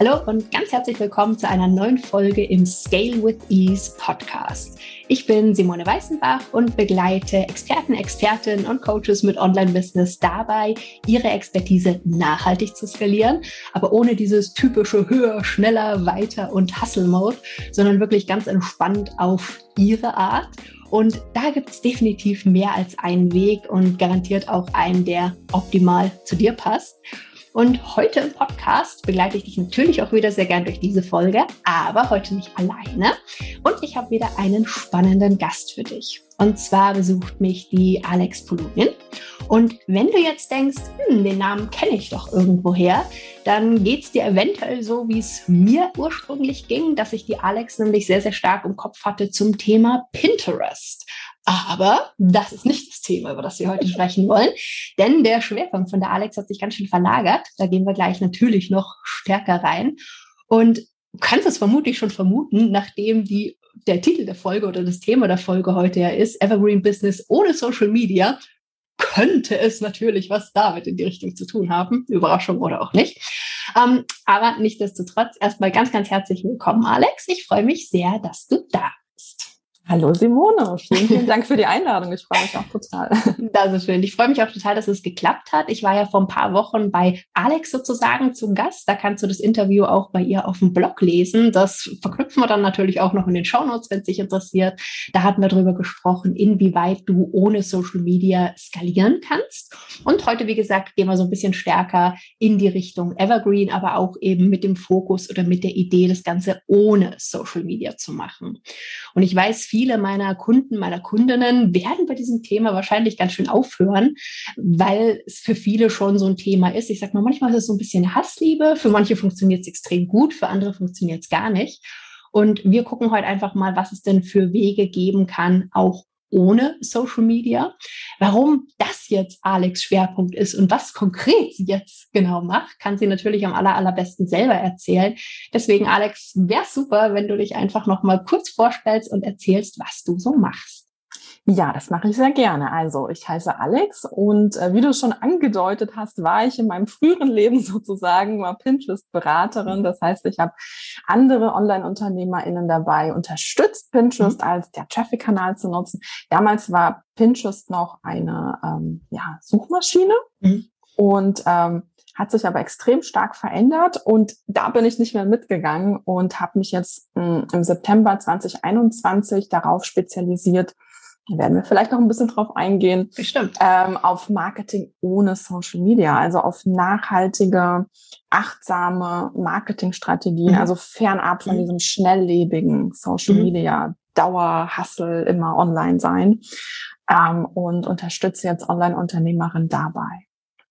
Hallo und ganz herzlich willkommen zu einer neuen Folge im Scale with Ease Podcast. Ich bin Simone Weißenbach und begleite Experten, Expertinnen und Coaches mit Online-Business dabei, ihre Expertise nachhaltig zu skalieren, aber ohne dieses typische höher, schneller, weiter und Hustle-Mode, sondern wirklich ganz entspannt auf ihre Art. Und da gibt es definitiv mehr als einen Weg und garantiert auch einen, der optimal zu dir passt. Und heute im Podcast begleite ich dich natürlich auch wieder sehr gern durch diese Folge, aber heute nicht alleine. Und ich habe wieder einen spannenden Gast für dich. Und zwar besucht mich die Alex Polunin. Und wenn du jetzt denkst, den Namen kenne ich doch irgendwoher, dann geht es dir eventuell so, wie es mir ursprünglich ging, dass ich die Alex nämlich sehr, sehr stark im Kopf hatte zum Thema Pinterest. Aber das ist nicht das Thema, über das wir heute sprechen wollen, denn der Schwerpunkt von der Alex hat sich ganz schön verlagert. Da gehen wir gleich natürlich noch stärker rein. Und du kannst es vermutlich schon vermuten, nachdem der Titel der Folge oder das Thema der Folge heute ja ist, Evergreen Business ohne Social Media, könnte es natürlich was damit in die Richtung zu tun haben. Überraschung oder auch nicht. Aber nichtsdestotrotz erstmal ganz, ganz herzlich willkommen, Alex. Ich freue mich sehr, dass du da bist. Hallo Simone, vielen Dank für die Einladung. Ich freue mich auch total. Das ist schön. Ich freue mich auch total, dass es geklappt hat. Ich war ja vor ein paar Wochen bei Alex sozusagen zu Gast. Da kannst du das Interview auch bei ihr auf dem Blog lesen. Das verknüpfen wir dann natürlich auch noch in den Shownotes, wenn es dich interessiert. Da hatten wir darüber gesprochen, inwieweit du ohne Social Media skalieren kannst. Und heute, wie gesagt, gehen wir so ein bisschen stärker in die Richtung Evergreen, aber auch eben mit dem Fokus oder mit der Idee, das Ganze ohne Social Media zu machen. Und ich weiß, viele meiner Kunden, meiner Kundinnen werden bei diesem Thema wahrscheinlich ganz schön aufhören, weil es für viele schon so ein Thema ist. Ich sage mal, manchmal ist es so ein bisschen Hassliebe. Für manche funktioniert es extrem gut, für andere funktioniert es gar nicht. Und wir gucken heute einfach mal, was es denn für Wege geben kann, auch ohne Social Media. Warum das jetzt Alex Schwerpunkt ist und was konkret sie jetzt genau macht, kann sie natürlich am allerbesten selber erzählen. Deswegen, Alex, wäre super, wenn du dich einfach noch mal kurz vorstellst und erzählst, was du so machst. Ja, das mache ich sehr gerne. Also ich heiße Alex und wie du schon angedeutet hast, war ich in meinem früheren Leben sozusagen mal Pinterest-Beraterin. Das heißt, ich habe andere Online-UnternehmerInnen dabei unterstützt, Pinterest als der Traffic-Kanal zu nutzen. Damals war Pinterest noch eine Suchmaschine und hat sich aber extrem stark verändert und da bin ich nicht mehr mitgegangen und habe mich jetzt im September 2021 darauf spezialisiert. Da werden wir vielleicht noch ein bisschen drauf eingehen. Bestimmt. Auf Marketing ohne Social Media, also auf nachhaltige, achtsame Marketingstrategien, also fernab von diesem schnelllebigen Social Media, Dauer-Hustle, immer online sein und unterstütze jetzt Online-Unternehmerinnen dabei.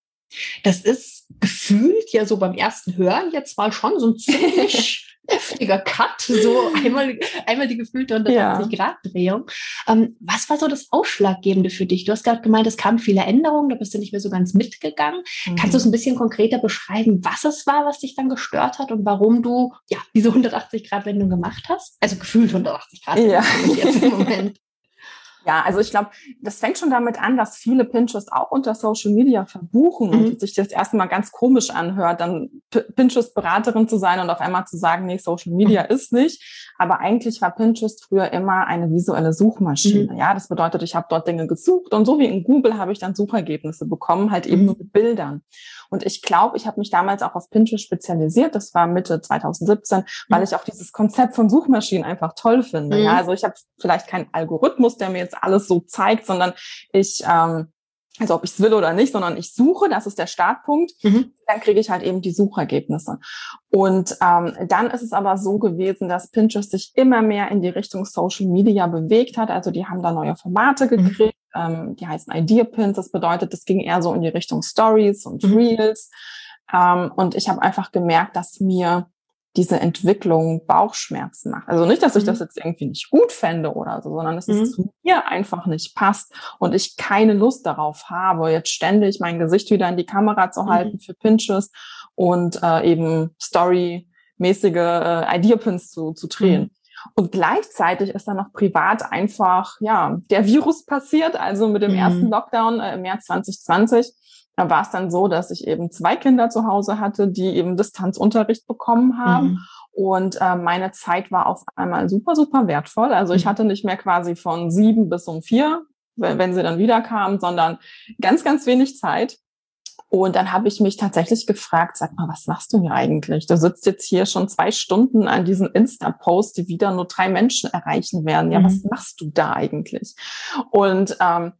Das ist gefühlt ja so beim ersten Hören jetzt mal schon so ein ziemlich heftiger Cut, so einmal die gefühlte 180-Grad-Drehung. Was war so das Ausschlaggebende für dich? Du hast gerade gemeint, es kamen viele Änderungen, da bist du nicht mehr so ganz mitgegangen. Kannst du es ein bisschen konkreter beschreiben, was es war, was dich dann gestört hat und warum du diese 180-Grad-Wendung gemacht hast? Also gefühlt 180 Grad jetzt im Moment. Ja, also ich glaube, das fängt schon damit an, dass viele Pinterest auch unter Social Media verbuchen und sich das erstmal ganz komisch anhört, dann Pinterest-Beraterin zu sein und auf einmal zu sagen, nee, Social Media ist nicht. Aber eigentlich war Pinterest früher immer eine visuelle Suchmaschine. Ja, das bedeutet, ich habe dort Dinge gesucht und so wie in Google habe ich dann Suchergebnisse bekommen, halt eben nur mit Bildern. Und ich glaube, ich habe mich damals auch auf Pinterest spezialisiert. Das war Mitte 2017, weil ich auch dieses Konzept von Suchmaschinen einfach toll finde. Ja, also ich habe vielleicht keinen Algorithmus, der mir jetzt alles so zeigt, sondern ich, also ob ich es will oder nicht, sondern ich suche, das ist der Startpunkt. Dann kriege ich halt eben die Suchergebnisse. Und dann ist es aber so gewesen, dass Pinterest sich immer mehr in die Richtung Social Media bewegt hat. Also die haben da neue Formate gekriegt. Die heißen Idea Pins. Das bedeutet, das ging eher so in die Richtung Stories und Reels. Und ich habe einfach gemerkt, dass mir diese Entwicklung Bauchschmerzen macht. Also nicht, dass ich das jetzt irgendwie nicht gut fände oder so, sondern dass es zu mir einfach nicht passt und ich keine Lust darauf habe, jetzt ständig mein Gesicht wieder in die Kamera zu halten für Pinterest und eben storymäßige Idea-Pins zu drehen. Und gleichzeitig ist dann noch privat einfach, der Virus passiert. Also mit dem ersten Lockdown im März 2020, da war es dann so, dass ich eben 2 Kinder zu Hause hatte, die eben Distanzunterricht bekommen haben. Und meine Zeit war auf einmal super, super wertvoll. Also ich hatte nicht mehr quasi von 7 bis um 4, wenn sie dann wieder kamen, sondern ganz, ganz wenig Zeit. Und dann habe ich mich tatsächlich gefragt, sag mal, was machst du hier eigentlich? Du sitzt jetzt hier schon 2 Stunden an diesen Insta-Posts, die wieder nur 3 Menschen erreichen werden. Ja, was machst du da eigentlich? Und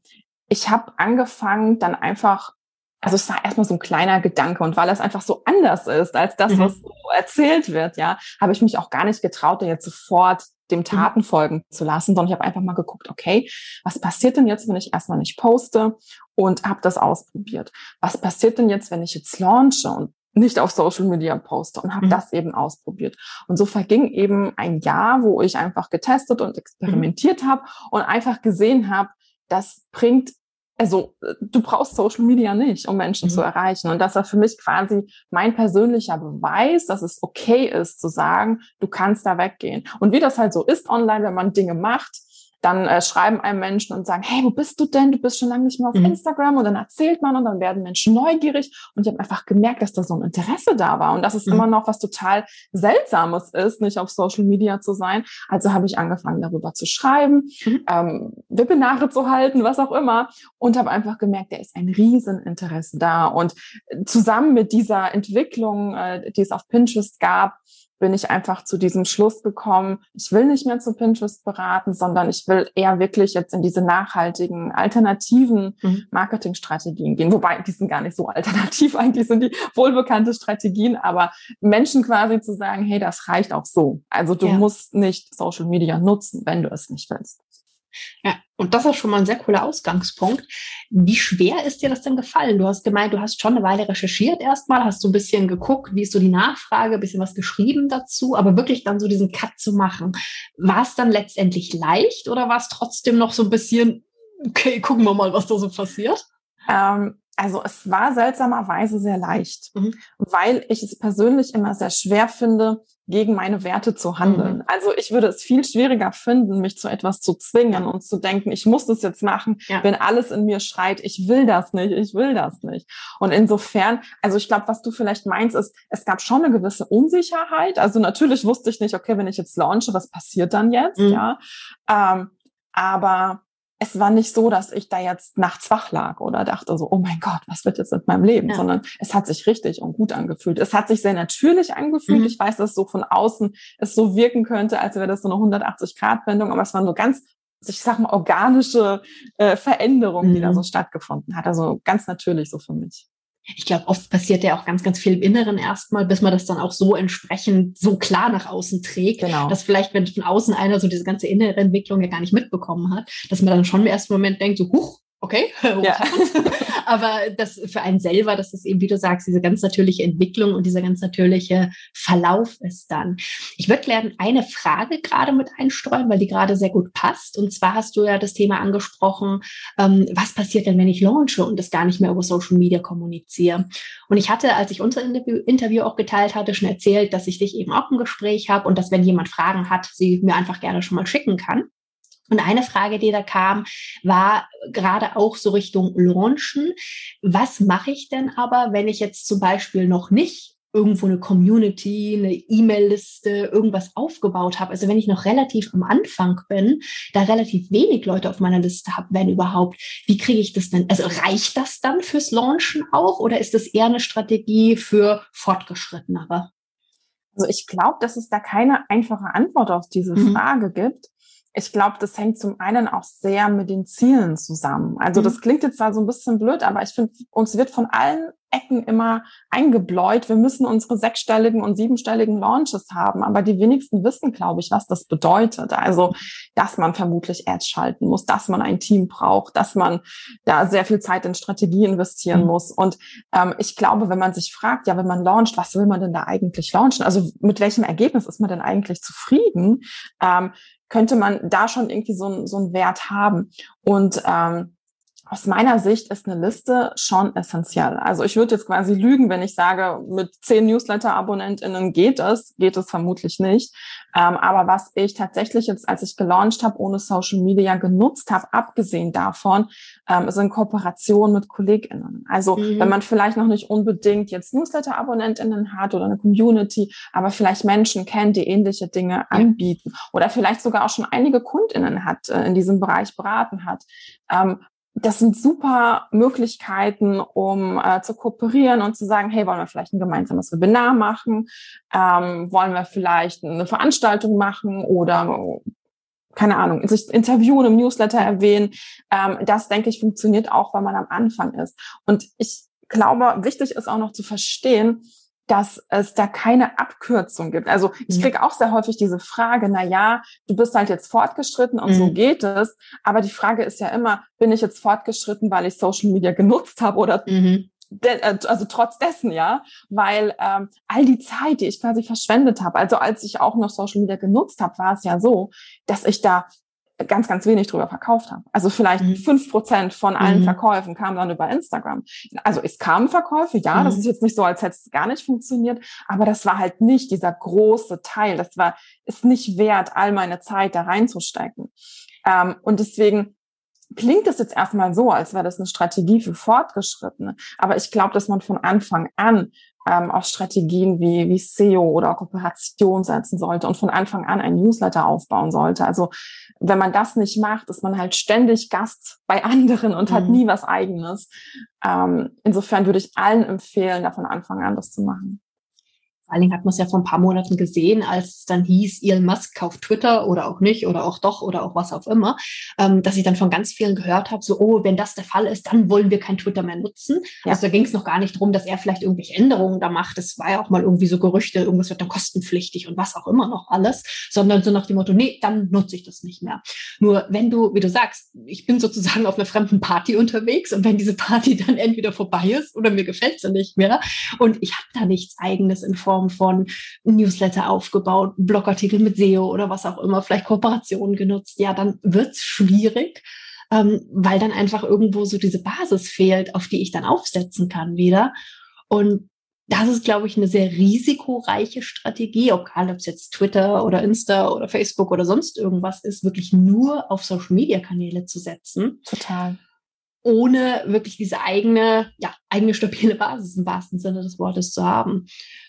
ich habe angefangen dann einfach, also es war erstmal so ein kleiner Gedanke, und weil es einfach so anders ist als das, was so erzählt wird, habe ich mich auch gar nicht getraut, da jetzt sofort dem Taten folgen zu lassen, sondern ich habe einfach mal geguckt, okay, was passiert denn jetzt, wenn ich erstmal nicht poste, und habe das ausprobiert. Was passiert denn jetzt, wenn ich jetzt launche und nicht auf Social Media poste, und habe das eben ausprobiert. Und so verging eben ein Jahr, wo ich einfach getestet und experimentiert habe und einfach gesehen habe, das bringt, also du brauchst Social Media nicht, um Menschen zu erreichen. Und das war für mich quasi mein persönlicher Beweis, dass es okay ist zu sagen, du kannst da weggehen. Und wie das halt so ist online, wenn man Dinge macht, dann schreiben einem Menschen und sagen, hey, wo bist du denn? Du bist schon lange nicht mehr auf Instagram. Und dann erzählt man, und dann werden Menschen neugierig. Und ich habe einfach gemerkt, dass da so ein Interesse da war und dass es immer noch was total Seltsames ist, nicht auf Social Media zu sein. Also habe ich angefangen, darüber zu schreiben, Webinare zu halten, was auch immer. Und habe einfach gemerkt, da ist ein Rieseninteresse da. Und zusammen mit dieser Entwicklung, die es auf Pinterest gab, bin ich einfach zu diesem Schluss gekommen, ich will nicht mehr zu Pinterest beraten, sondern ich will eher wirklich jetzt in diese nachhaltigen, alternativen Marketingstrategien gehen. Wobei, die sind gar nicht so alternativ, eigentlich sind die wohlbekannte Strategien, aber Menschen quasi zu sagen, hey, das reicht auch so. Also du musst nicht Social Media nutzen, wenn du es nicht willst. Ja, und das ist schon mal ein sehr cooler Ausgangspunkt. Wie schwer ist dir das denn gefallen? Du hast gemeint, du hast schon eine Weile recherchiert erstmal, hast so ein bisschen geguckt, wie ist so die Nachfrage, ein bisschen was geschrieben dazu, aber wirklich dann so diesen Cut zu machen. War es dann letztendlich leicht oder war es trotzdem noch so ein bisschen, okay, gucken wir mal, was da so passiert? Also es war seltsamerweise sehr leicht, weil ich es persönlich immer sehr schwer finde, gegen meine Werte zu handeln. Also ich würde es viel schwieriger finden, mich zu etwas zu zwingen und zu denken, ich muss das jetzt machen, wenn alles in mir schreit, ich will das nicht, ich will das nicht. Und insofern, also ich glaube, was du vielleicht meinst, ist, es gab schon eine gewisse Unsicherheit. Also natürlich wusste ich nicht, okay, wenn ich jetzt launche, was passiert dann jetzt? Aber es war nicht so, dass ich da jetzt nachts wach lag oder dachte so, oh mein Gott, was wird jetzt mit meinem Leben? Sondern es hat sich richtig und gut angefühlt. Es hat sich sehr natürlich angefühlt. Ich weiß, dass so von außen es so wirken könnte, als wäre das so eine 180-Grad-Wendung, aber es waren so ganz, ich sag mal, organische Veränderungen, die da so stattgefunden hat. Also ganz natürlich so für mich. Ich glaube, oft passiert ja auch ganz, ganz viel im Inneren erstmal, bis man das dann auch so entsprechend so klar nach außen trägt, dass vielleicht, wenn von außen einer so diese ganze innere Entwicklung ja gar nicht mitbekommen hat, dass man dann schon im ersten Moment denkt, so, huch, okay, aber das für einen selber, dass das eben, wie du sagst, diese ganz natürliche Entwicklung und dieser ganz natürliche Verlauf ist dann. Ich würde gerne eine Frage gerade mit einstreuen, weil die gerade sehr gut passt. Und zwar hast du ja das Thema angesprochen, was passiert denn, wenn ich launche und das gar nicht mehr über Social Media kommuniziere? Und ich hatte, als ich unser Interview auch geteilt hatte, schon erzählt, dass ich dich eben auch im Gespräch habe und dass, wenn jemand Fragen hat, sie mir einfach gerne schon mal schicken kann. Und eine Frage, die da kam, war gerade auch so Richtung Launchen. Was mache ich denn aber, wenn ich jetzt zum Beispiel noch nicht irgendwo eine Community, eine E-Mail-Liste, irgendwas aufgebaut habe? Also wenn ich noch relativ am Anfang bin, da relativ wenig Leute auf meiner Liste habe, wenn überhaupt, wie kriege ich das denn? Also reicht das dann fürs Launchen auch oder ist das eher eine Strategie für Fortgeschrittenere? Also ich glaube, dass es da keine einfache Antwort auf diese Frage gibt. Ich glaube, das hängt zum einen auch sehr mit den Zielen zusammen. Also das klingt jetzt da so ein bisschen blöd, aber ich finde, uns wird von allen Ecken immer eingebläut, wir müssen unsere 6-stelligen und 7-stelligen Launches haben. Aber die wenigsten wissen, glaube ich, was das bedeutet. Also, dass man vermutlich Ads schalten muss, dass man ein Team braucht, dass man da sehr viel Zeit in Strategie investieren muss. Und ich glaube, wenn man sich fragt, ja, wenn man launcht, was will man denn da eigentlich launchen? Also mit welchem Ergebnis ist man denn eigentlich zufrieden? Könnte man da schon irgendwie so einen Wert haben. Und aus meiner Sicht ist eine Liste schon essentiell. Also ich würde jetzt quasi lügen, wenn ich sage, mit 10 Newsletter-AbonnentInnen geht es vermutlich nicht. Aber was ich tatsächlich jetzt, als ich gelauncht habe, ohne Social Media genutzt habe, abgesehen davon, sind Kooperationen mit KollegInnen. Also wenn man vielleicht noch nicht unbedingt jetzt Newsletter-AbonnentInnen hat oder eine Community, aber vielleicht Menschen kennt, die ähnliche Dinge anbieten oder vielleicht sogar auch schon einige KundInnen hat, in diesem Bereich beraten hat. Das sind super Möglichkeiten, um zu kooperieren und zu sagen, hey, wollen wir vielleicht ein gemeinsames Webinar machen? Wollen wir vielleicht eine Veranstaltung machen oder, keine Ahnung, sich interviewen, im Newsletter erwähnen? Das, denke ich, funktioniert auch, wenn man am Anfang ist. Und ich glaube, wichtig ist auch noch zu verstehen, dass es da keine Abkürzung gibt. Also ich kriege auch sehr häufig diese Frage, na ja, du bist halt jetzt fortgeschritten und so geht es. Aber die Frage ist ja immer, bin ich jetzt fortgeschritten, weil ich Social Media genutzt habe oder also trotz dessen, ja, weil all die Zeit, die ich quasi verschwendet habe, also als ich auch noch Social Media genutzt habe, war es ja so, dass ich da ganz, ganz wenig drüber verkauft habe. Also vielleicht 5% von allen Verkäufen kamen dann über Instagram. Also es kamen Verkäufe, ja, das ist jetzt nicht so, als hätte es gar nicht funktioniert, aber das war halt nicht dieser große Teil. Ist nicht wert, all meine Zeit da reinzustecken. Und deswegen klingt es jetzt erstmal so, als wäre das eine Strategie für Fortgeschrittene. Aber ich glaube, dass man von Anfang an auf Strategien wie SEO oder Kooperation setzen sollte und von Anfang an ein Newsletter aufbauen sollte. Also wenn man das nicht macht, ist man halt ständig Gast bei anderen und hat nie was Eigenes. Insofern würde ich allen empfehlen, da von Anfang an das zu machen. Vor allen Dingen hat man es ja vor ein paar Monaten gesehen, als es dann hieß, Elon Musk kauft Twitter oder auch nicht oder auch doch oder auch was auch immer, dass ich dann von ganz vielen gehört habe, so, oh, wenn das der Fall ist, dann wollen wir kein Twitter mehr nutzen. Ja. Also da ging es noch gar nicht darum, dass er vielleicht irgendwelche Änderungen da macht. Das war ja auch mal irgendwie so Gerüchte, irgendwas wird dann kostenpflichtig und was auch immer noch alles, sondern so nach dem Motto, nee, dann nutze ich das nicht mehr. Nur wenn du, wie du sagst, ich bin sozusagen auf einer fremden Party unterwegs und wenn diese Party dann entweder vorbei ist oder mir gefällt sie nicht mehr und ich habe da nichts Eigenes in Form von Newsletter aufgebaut, Blogartikel mit SEO oder was auch immer, vielleicht Kooperationen genutzt, ja, dann wird's schwierig, weil dann einfach irgendwo so diese Basis fehlt, auf die ich dann aufsetzen kann wieder. Und das ist, glaube ich, eine sehr risikoreiche Strategie, egal ob es jetzt Twitter oder Insta oder Facebook oder sonst irgendwas ist, wirklich nur auf Social-Media-Kanäle zu setzen. Total. Ohne wirklich diese eigene stabile Basis im wahrsten Sinne des Wortes zu haben.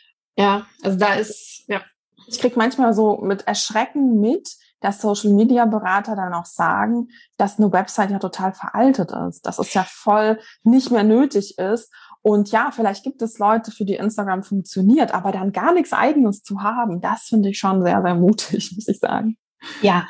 Ja, also da ist, ja. Ich kriege manchmal so mit Erschrecken mit, dass Social-Media-Berater dann auch sagen, dass eine Website ja total veraltet ist, dass es ja voll nicht mehr nötig ist. Und ja, vielleicht gibt es Leute, für die Instagram funktioniert, aber dann gar nichts Eigenes zu haben, das finde ich schon sehr, sehr mutig, muss ich sagen. Ja.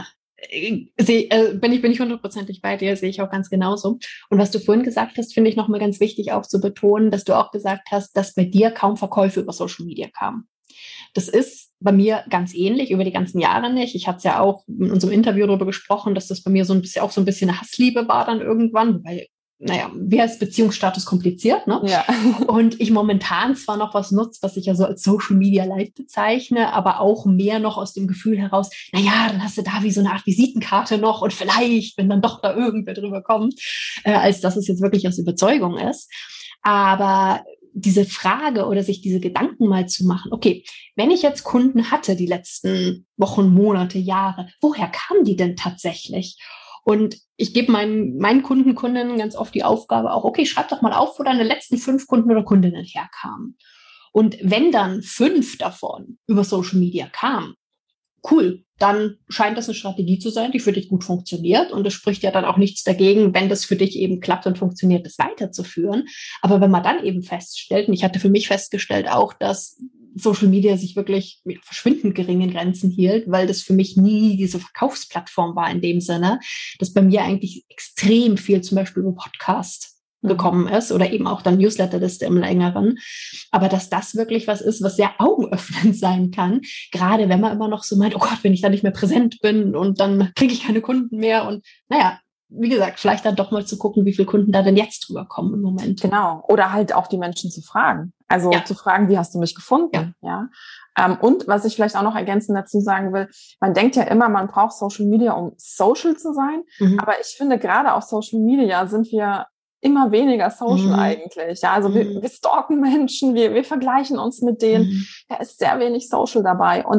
Bin ich 100%ig bei dir, sehe ich auch ganz genauso. Und was du vorhin gesagt hast, finde ich nochmal ganz wichtig auch zu betonen, dass du auch gesagt hast, dass bei dir kaum Verkäufe über Social Media kamen. Das ist bei mir ganz ähnlich über die ganzen Jahre nicht. Ich hatte es ja auch in unserem Interview darüber gesprochen, dass das bei mir so ein bisschen eine Hassliebe war dann irgendwann, weil wie heißt Beziehungsstatus kompliziert, ne? Ja. Und ich momentan zwar noch was nutze, was ich ja so als Social Media Light bezeichne, aber auch mehr noch aus dem Gefühl heraus, dann hast du da wie so eine Art Visitenkarte noch und vielleicht, wenn dann doch da irgendwer drüber kommt, als dass es jetzt wirklich aus Überzeugung ist. Aber diese Frage oder sich diese Gedanken mal zu machen, okay, wenn ich jetzt Kunden hatte die letzten Wochen, Monate, Jahre, woher kamen die denn tatsächlich? Und ich gebe meinen Kundinnen ganz oft die Aufgabe auch, okay, schreib doch mal auf, wo deine letzten 5 Kunden oder Kundinnen herkamen. Und wenn dann 5 davon über Social Media kamen, cool, dann scheint das eine Strategie zu sein, die für dich gut funktioniert. Und es spricht ja dann auch nichts dagegen, wenn das für dich eben klappt und funktioniert, das weiterzuführen. Aber wenn man dann eben feststellt, und ich hatte für mich festgestellt auch, dass Social Media sich wirklich mit verschwindend geringen Grenzen hielt, weil das für mich nie diese Verkaufsplattform war in dem Sinne, dass bei mir eigentlich extrem viel zum Beispiel über Podcast gekommen ist oder eben auch dann Newsletterliste im längeren. Aber dass das wirklich was ist, was sehr augenöffnend sein kann, gerade wenn man immer noch so meint, oh Gott, wenn ich da nicht mehr präsent bin und dann kriege ich keine Kunden mehr und wie gesagt, vielleicht dann doch mal zu gucken, wie viele Kunden da denn jetzt drüber kommen im Moment. Genau. Oder halt auch die Menschen zu fragen. Also zu fragen, wie hast du mich gefunden? Ja. Und was ich vielleicht auch noch ergänzend dazu sagen will, man denkt ja immer, man braucht Social Media, um social zu sein. Aber ich finde, gerade auf Social Media sind wir immer weniger social eigentlich. Ja, also wir stalken Menschen, wir vergleichen uns mit denen. Da ist sehr wenig social dabei. Und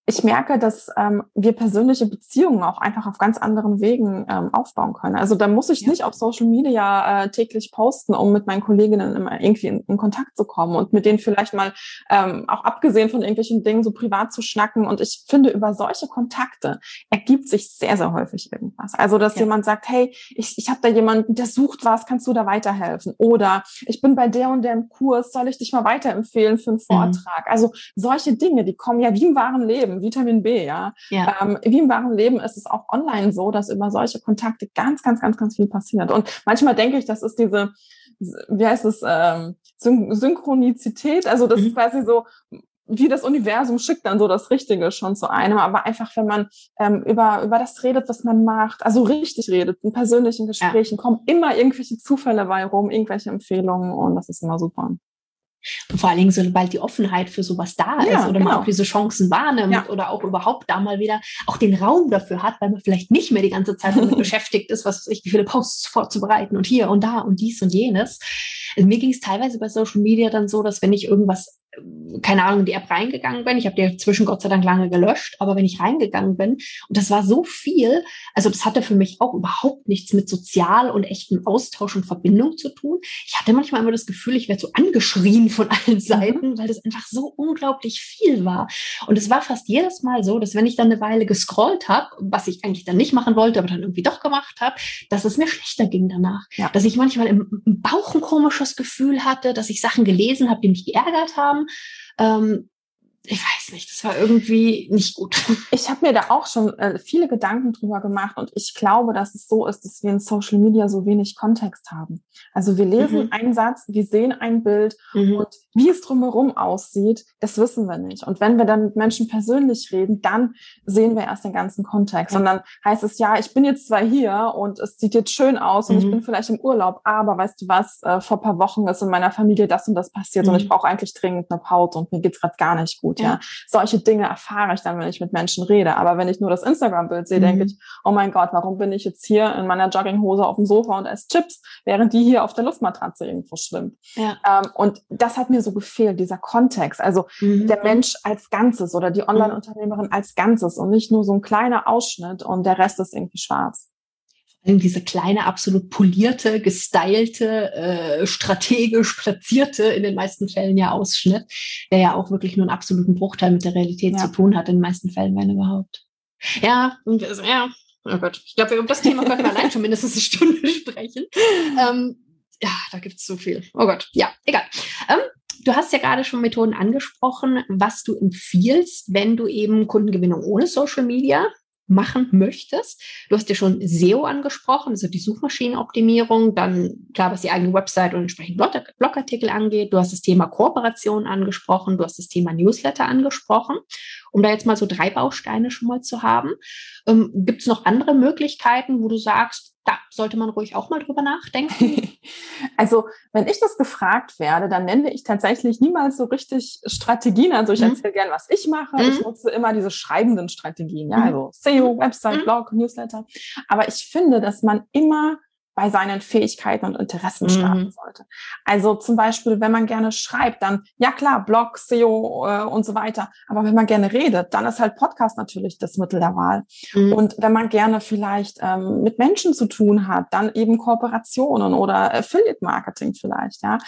Ich merke, dass wir persönliche Beziehungen auch einfach auf ganz anderen Wegen aufbauen können. Also da muss ich nicht auf Social Media täglich posten, um mit meinen Kolleginnen immer irgendwie in Kontakt zu kommen und mit denen vielleicht mal auch abgesehen von irgendwelchen Dingen so privat zu schnacken. Und ich finde, über solche Kontakte ergibt sich sehr, sehr häufig irgendwas. Also dass jemand sagt, hey, ich habe da jemanden, der sucht was, kannst du da weiterhelfen? Oder ich bin bei der und der im Kurs, soll ich dich mal weiterempfehlen für einen Vortrag? Also solche Dinge, die kommen ja wie im wahren Leben. Vitamin B, ja. Wie im wahren Leben ist es auch online so, dass über solche Kontakte ganz, ganz, ganz, ganz viel passiert. Und manchmal denke ich, das ist diese, wie heißt es, Synchronizität. Also das ist quasi so, wie das Universum schickt dann so das Richtige schon zu einem. Aber einfach, wenn man über das redet, was man macht, also richtig redet, in persönlichen Gesprächen, kommen immer irgendwelche Zufälle bei rum, irgendwelche Empfehlungen und das ist immer super. Und vor allen Dingen, sobald die Offenheit für sowas da ist oder man auch diese Chancen wahrnimmt oder auch überhaupt da mal wieder auch den Raum dafür hat, weil man vielleicht nicht mehr die ganze Zeit damit beschäftigt ist, was weiß ich, wie viele Posts vorzubereiten und hier und da und dies und jenes. Also mir ging es teilweise bei Social Media dann so, dass wenn ich irgendwas, keine Ahnung, in die App reingegangen bin, ich habe die zwischen Gott sei Dank lange gelöscht, aber wenn ich reingegangen bin und das war so viel, also das hatte für mich auch überhaupt nichts mit sozial und echtem Austausch und Verbindung zu tun. Ich hatte manchmal immer das Gefühl, ich werde so angeschrien von allen Seiten, weil das einfach so unglaublich viel war. Und es war fast jedes Mal so, dass wenn ich dann eine Weile gescrollt habe, was ich eigentlich dann nicht machen wollte, aber dann irgendwie doch gemacht habe, dass es mir schlechter ging danach. Ja. Dass ich manchmal im Bauch ein komisches Gefühl hatte, dass ich Sachen gelesen habe, die mich geärgert haben. Ich weiß nicht, das war irgendwie nicht gut. Ich habe mir da auch schon viele Gedanken drüber gemacht und ich glaube, dass es so ist, dass wir in Social Media so wenig Kontext haben. Also wir lesen einen Satz, wir sehen ein Bild und wie es drumherum aussieht, das wissen wir nicht. Und wenn wir dann mit Menschen persönlich reden, dann sehen wir erst den ganzen Kontext. Und dann heißt es, ja, ich bin jetzt zwar hier und es sieht jetzt schön aus und ich bin vielleicht im Urlaub, aber weißt du was, vor ein paar Wochen ist in meiner Familie das und das passiert und ich brauche eigentlich dringend eine Pause und mir geht's gerade gar nicht gut. Ja, solche Dinge erfahre ich dann, wenn ich mit Menschen rede. Aber wenn ich nur das Instagram-Bild sehe, denke ich, oh mein Gott, warum bin ich jetzt hier in meiner Jogginghose auf dem Sofa und esse Chips, während die hier auf der Luftmatratze irgendwo schwimmt. Ja. Und das hat mir so gefehlt, dieser Kontext. Also der Mensch als Ganzes oder die Online-Unternehmerin als Ganzes und nicht nur so ein kleiner Ausschnitt und der Rest ist irgendwie schwarz. Diese kleine, absolut polierte, gestylte, strategisch platzierte, in den meisten Fällen ja Ausschnitt, der ja auch wirklich nur einen absoluten Bruchteil mit der Realität zu tun hat, in den meisten Fällen, wenn überhaupt. Ja, oh Gott, ich glaube, über das Thema können wir allein schon mindestens eine Stunde sprechen. Ja, da gibt es so viel. Oh Gott, ja, egal. Du hast ja gerade schon Methoden angesprochen, was du empfiehlst, wenn du eben Kundengewinnung ohne Social Media machen möchtest. Du hast ja schon SEO angesprochen, also die Suchmaschinenoptimierung, dann klar, was die eigene Website und entsprechend Blogartikel angeht. Du hast das Thema Kooperation angesprochen, du hast das Thema Newsletter angesprochen. Um da jetzt mal so 3 Bausteine schon mal zu haben. Gibt es noch andere Möglichkeiten, wo du sagst, da sollte man ruhig auch mal drüber nachdenken? Also, wenn ich das gefragt werde, dann nenne ich tatsächlich niemals so richtig Strategien. Also ich erzähle gern, was ich mache. Ich nutze immer diese schreibenden Strategien, ja, also SEO, Website, Blog, Newsletter. Aber ich finde, dass man immer bei seinen Fähigkeiten und Interessen starten sollte. Also zum Beispiel, wenn man gerne schreibt, dann, ja klar, Blog, SEO und so weiter. Aber wenn man gerne redet, dann ist halt Podcast natürlich das Mittel der Wahl. Und wenn man gerne vielleicht mit Menschen zu tun hat, dann eben Kooperationen oder Affiliate-Marketing vielleicht. Ja.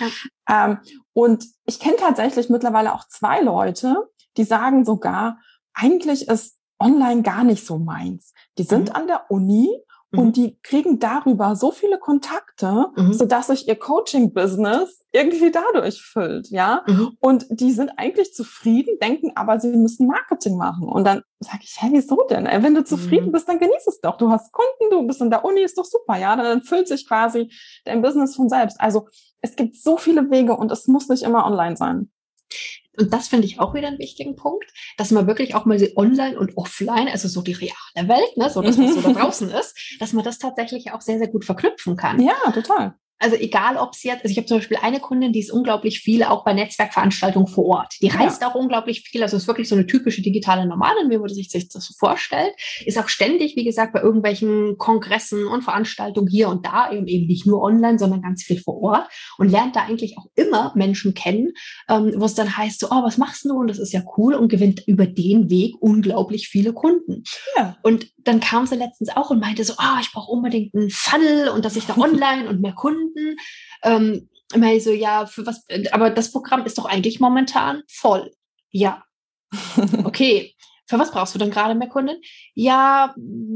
Und ich kenne tatsächlich mittlerweile auch 2 Leute, die sagen sogar, eigentlich ist online gar nicht so meins. Die sind an der Uni und die kriegen darüber so viele Kontakte, sodass sich ihr Coaching-Business irgendwie dadurch füllt, ja. Und die sind eigentlich zufrieden, denken aber, sie müssen Marketing machen. Und dann sage ich, hä, wieso denn? Wenn du zufrieden bist, dann genieß es doch. Du hast Kunden, du bist in der Uni, ist doch super, ja. Dann füllt sich quasi dein Business von selbst. Also es gibt so viele Wege und es muss nicht immer online sein. Und das finde ich auch wieder einen wichtigen Punkt, dass man wirklich auch mal online und offline, also so die reale Welt, ne, so das, was so da draußen ist, dass man das tatsächlich auch sehr, sehr gut verknüpfen kann. Ja, total. Also egal, ob es jetzt, also ich habe zum Beispiel eine Kundin, die ist unglaublich viel auch bei Netzwerkveranstaltungen vor Ort. Die reist auch unglaublich viel, also ist wirklich so eine typische digitale Nomadin, wie man sich das so vorstellt. Ist auch ständig, wie gesagt, bei irgendwelchen Kongressen und Veranstaltungen hier und da, eben nicht nur online, sondern ganz viel vor Ort und lernt da eigentlich auch immer Menschen kennen, wo es dann heißt, so, oh, was machst du? Und das ist ja cool und gewinnt über den Weg unglaublich viele Kunden. Ja. Und dann kam sie letztens auch und meinte so, ich brauche unbedingt einen Funnel und dass ich da online und mehr Kunden. Immer so, ja, für was, aber das Programm ist doch eigentlich momentan voll. Ja. Okay. Für was brauchst du denn gerade mehr Kunden? Ja.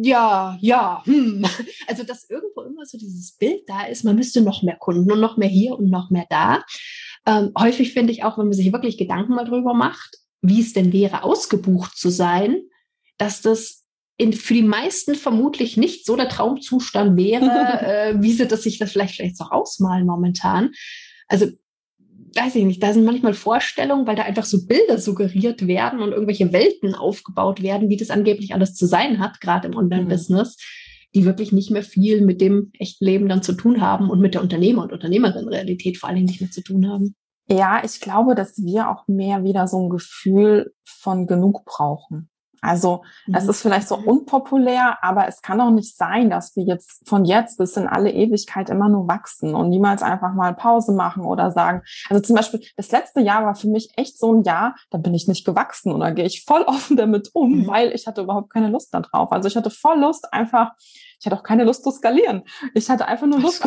Also, dass irgendwo immer so dieses Bild da ist, man müsste noch mehr Kunden und noch mehr hier und noch mehr da. Häufig finde ich auch, wenn man sich wirklich Gedanken mal drüber macht, wie es denn wäre, ausgebucht zu sein, dass das für die meisten vermutlich nicht so der Traumzustand wäre, wie sie sich das vielleicht auch ausmalen momentan. Also, weiß ich nicht, da sind manchmal Vorstellungen, weil da einfach so Bilder suggeriert werden und irgendwelche Welten aufgebaut werden, wie das angeblich alles zu sein hat, gerade im Online-Business, die wirklich nicht mehr viel mit dem echten Leben dann zu tun haben und mit der Unternehmer- und Unternehmerin-Realität vor allen Dingen nicht mehr zu tun haben. Ja, ich glaube, dass wir auch mehr wieder so ein Gefühl von genug brauchen. Also es ist vielleicht so unpopulär, aber es kann doch nicht sein, dass wir jetzt bis in alle Ewigkeit immer nur wachsen und niemals einfach mal Pause machen oder sagen, also zum Beispiel das letzte Jahr war für mich echt so ein Jahr, da bin ich nicht gewachsen und da gehe ich voll offen damit um, weil ich hatte überhaupt keine Lust darauf. Also ich hatte voll Lust ich hatte auch keine Lust zu skalieren. Ich hatte einfach nur Lust,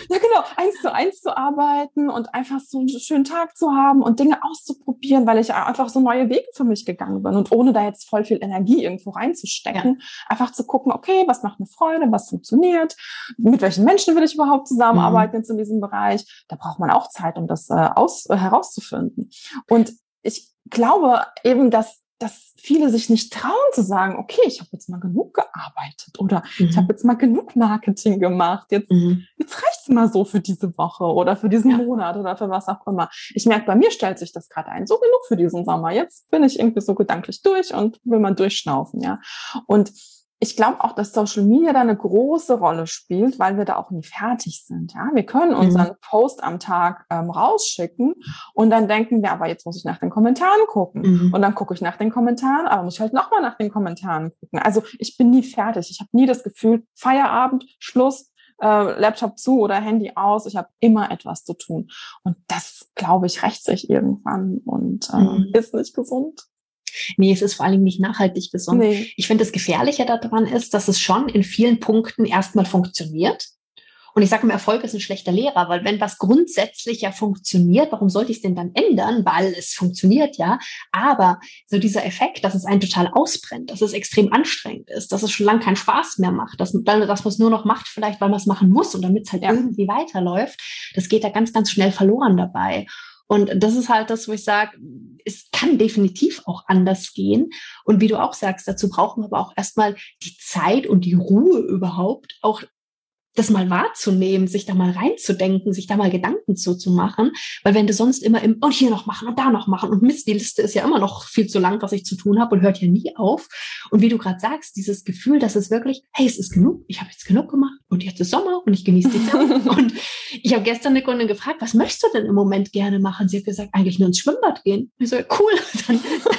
1:1 zu arbeiten und einfach so einen schönen Tag zu haben und Dinge auszuprobieren, weil ich einfach so neue Wege für mich gegangen bin und ohne da jetzt voll viel Energie irgendwo reinzustecken, einfach zu gucken, okay, was macht mir Freude, was funktioniert, mit welchen Menschen will ich überhaupt zusammenarbeiten jetzt in diesem Bereich. Da braucht man auch Zeit, um das herauszufinden. Und ich glaube eben, dass viele sich nicht trauen zu sagen, okay, ich habe jetzt mal genug gearbeitet oder ich habe jetzt mal genug Marketing gemacht, jetzt reicht's mal so für diese Woche oder für diesen Monat oder für was auch immer. Ich merke, bei mir stellt sich das gerade ein, so genug für diesen Sommer. Jetzt bin ich irgendwie so gedanklich durch und will mal durchschnaufen, ja. Und ich glaube auch, dass Social Media da eine große Rolle spielt, weil wir da auch nie fertig sind. Ja, wir können unseren Post am Tag rausschicken und dann denken wir, aber jetzt muss ich nach den Kommentaren gucken. Und dann gucke ich nach den Kommentaren, aber muss ich halt nochmal nach den Kommentaren gucken. Also ich bin nie fertig. Ich habe nie das Gefühl, Feierabend, Schluss, Laptop zu oder Handy aus. Ich habe immer etwas zu tun. Und das, glaube ich, rächt sich irgendwann und ist nicht gesund. Nee, es ist vor allem nicht nachhaltig gesund. Nee. Ich finde, das Gefährliche daran ist, dass es schon in vielen Punkten erstmal funktioniert. Und ich sage immer, Erfolg ist ein schlechter Lehrer, weil wenn was grundsätzlich ja funktioniert, warum sollte ich es denn dann ändern? Weil es funktioniert ja. Aber so dieser Effekt, dass es einen total ausbrennt, dass es extrem anstrengend ist, dass es schon lange keinen Spaß mehr macht, dass man es nur noch macht, vielleicht weil man es machen muss und damit es halt irgendwie weiterläuft, das geht da ganz, ganz schnell verloren dabei. Und das ist halt das, wo ich sage, es kann definitiv auch anders gehen. Und wie du auch sagst, dazu brauchen wir aber auch erstmal die Zeit und die Ruhe überhaupt, auch das mal wahrzunehmen, sich da mal reinzudenken, sich da mal Gedanken zu machen. Weil wenn du sonst immer und hier noch machen und da noch machen und Mist, die Liste ist ja immer noch viel zu lang, was ich zu tun habe und hört ja nie auf. Und wie du gerade sagst, dieses Gefühl, dass es wirklich, hey, es ist genug, ich habe jetzt genug gemacht und jetzt ist Sommer und ich genieße die Zeit. Und ich habe gestern eine Kundin gefragt, was möchtest du denn im Moment gerne machen? Sie hat gesagt, eigentlich nur ins Schwimmbad gehen. Ich so, cool,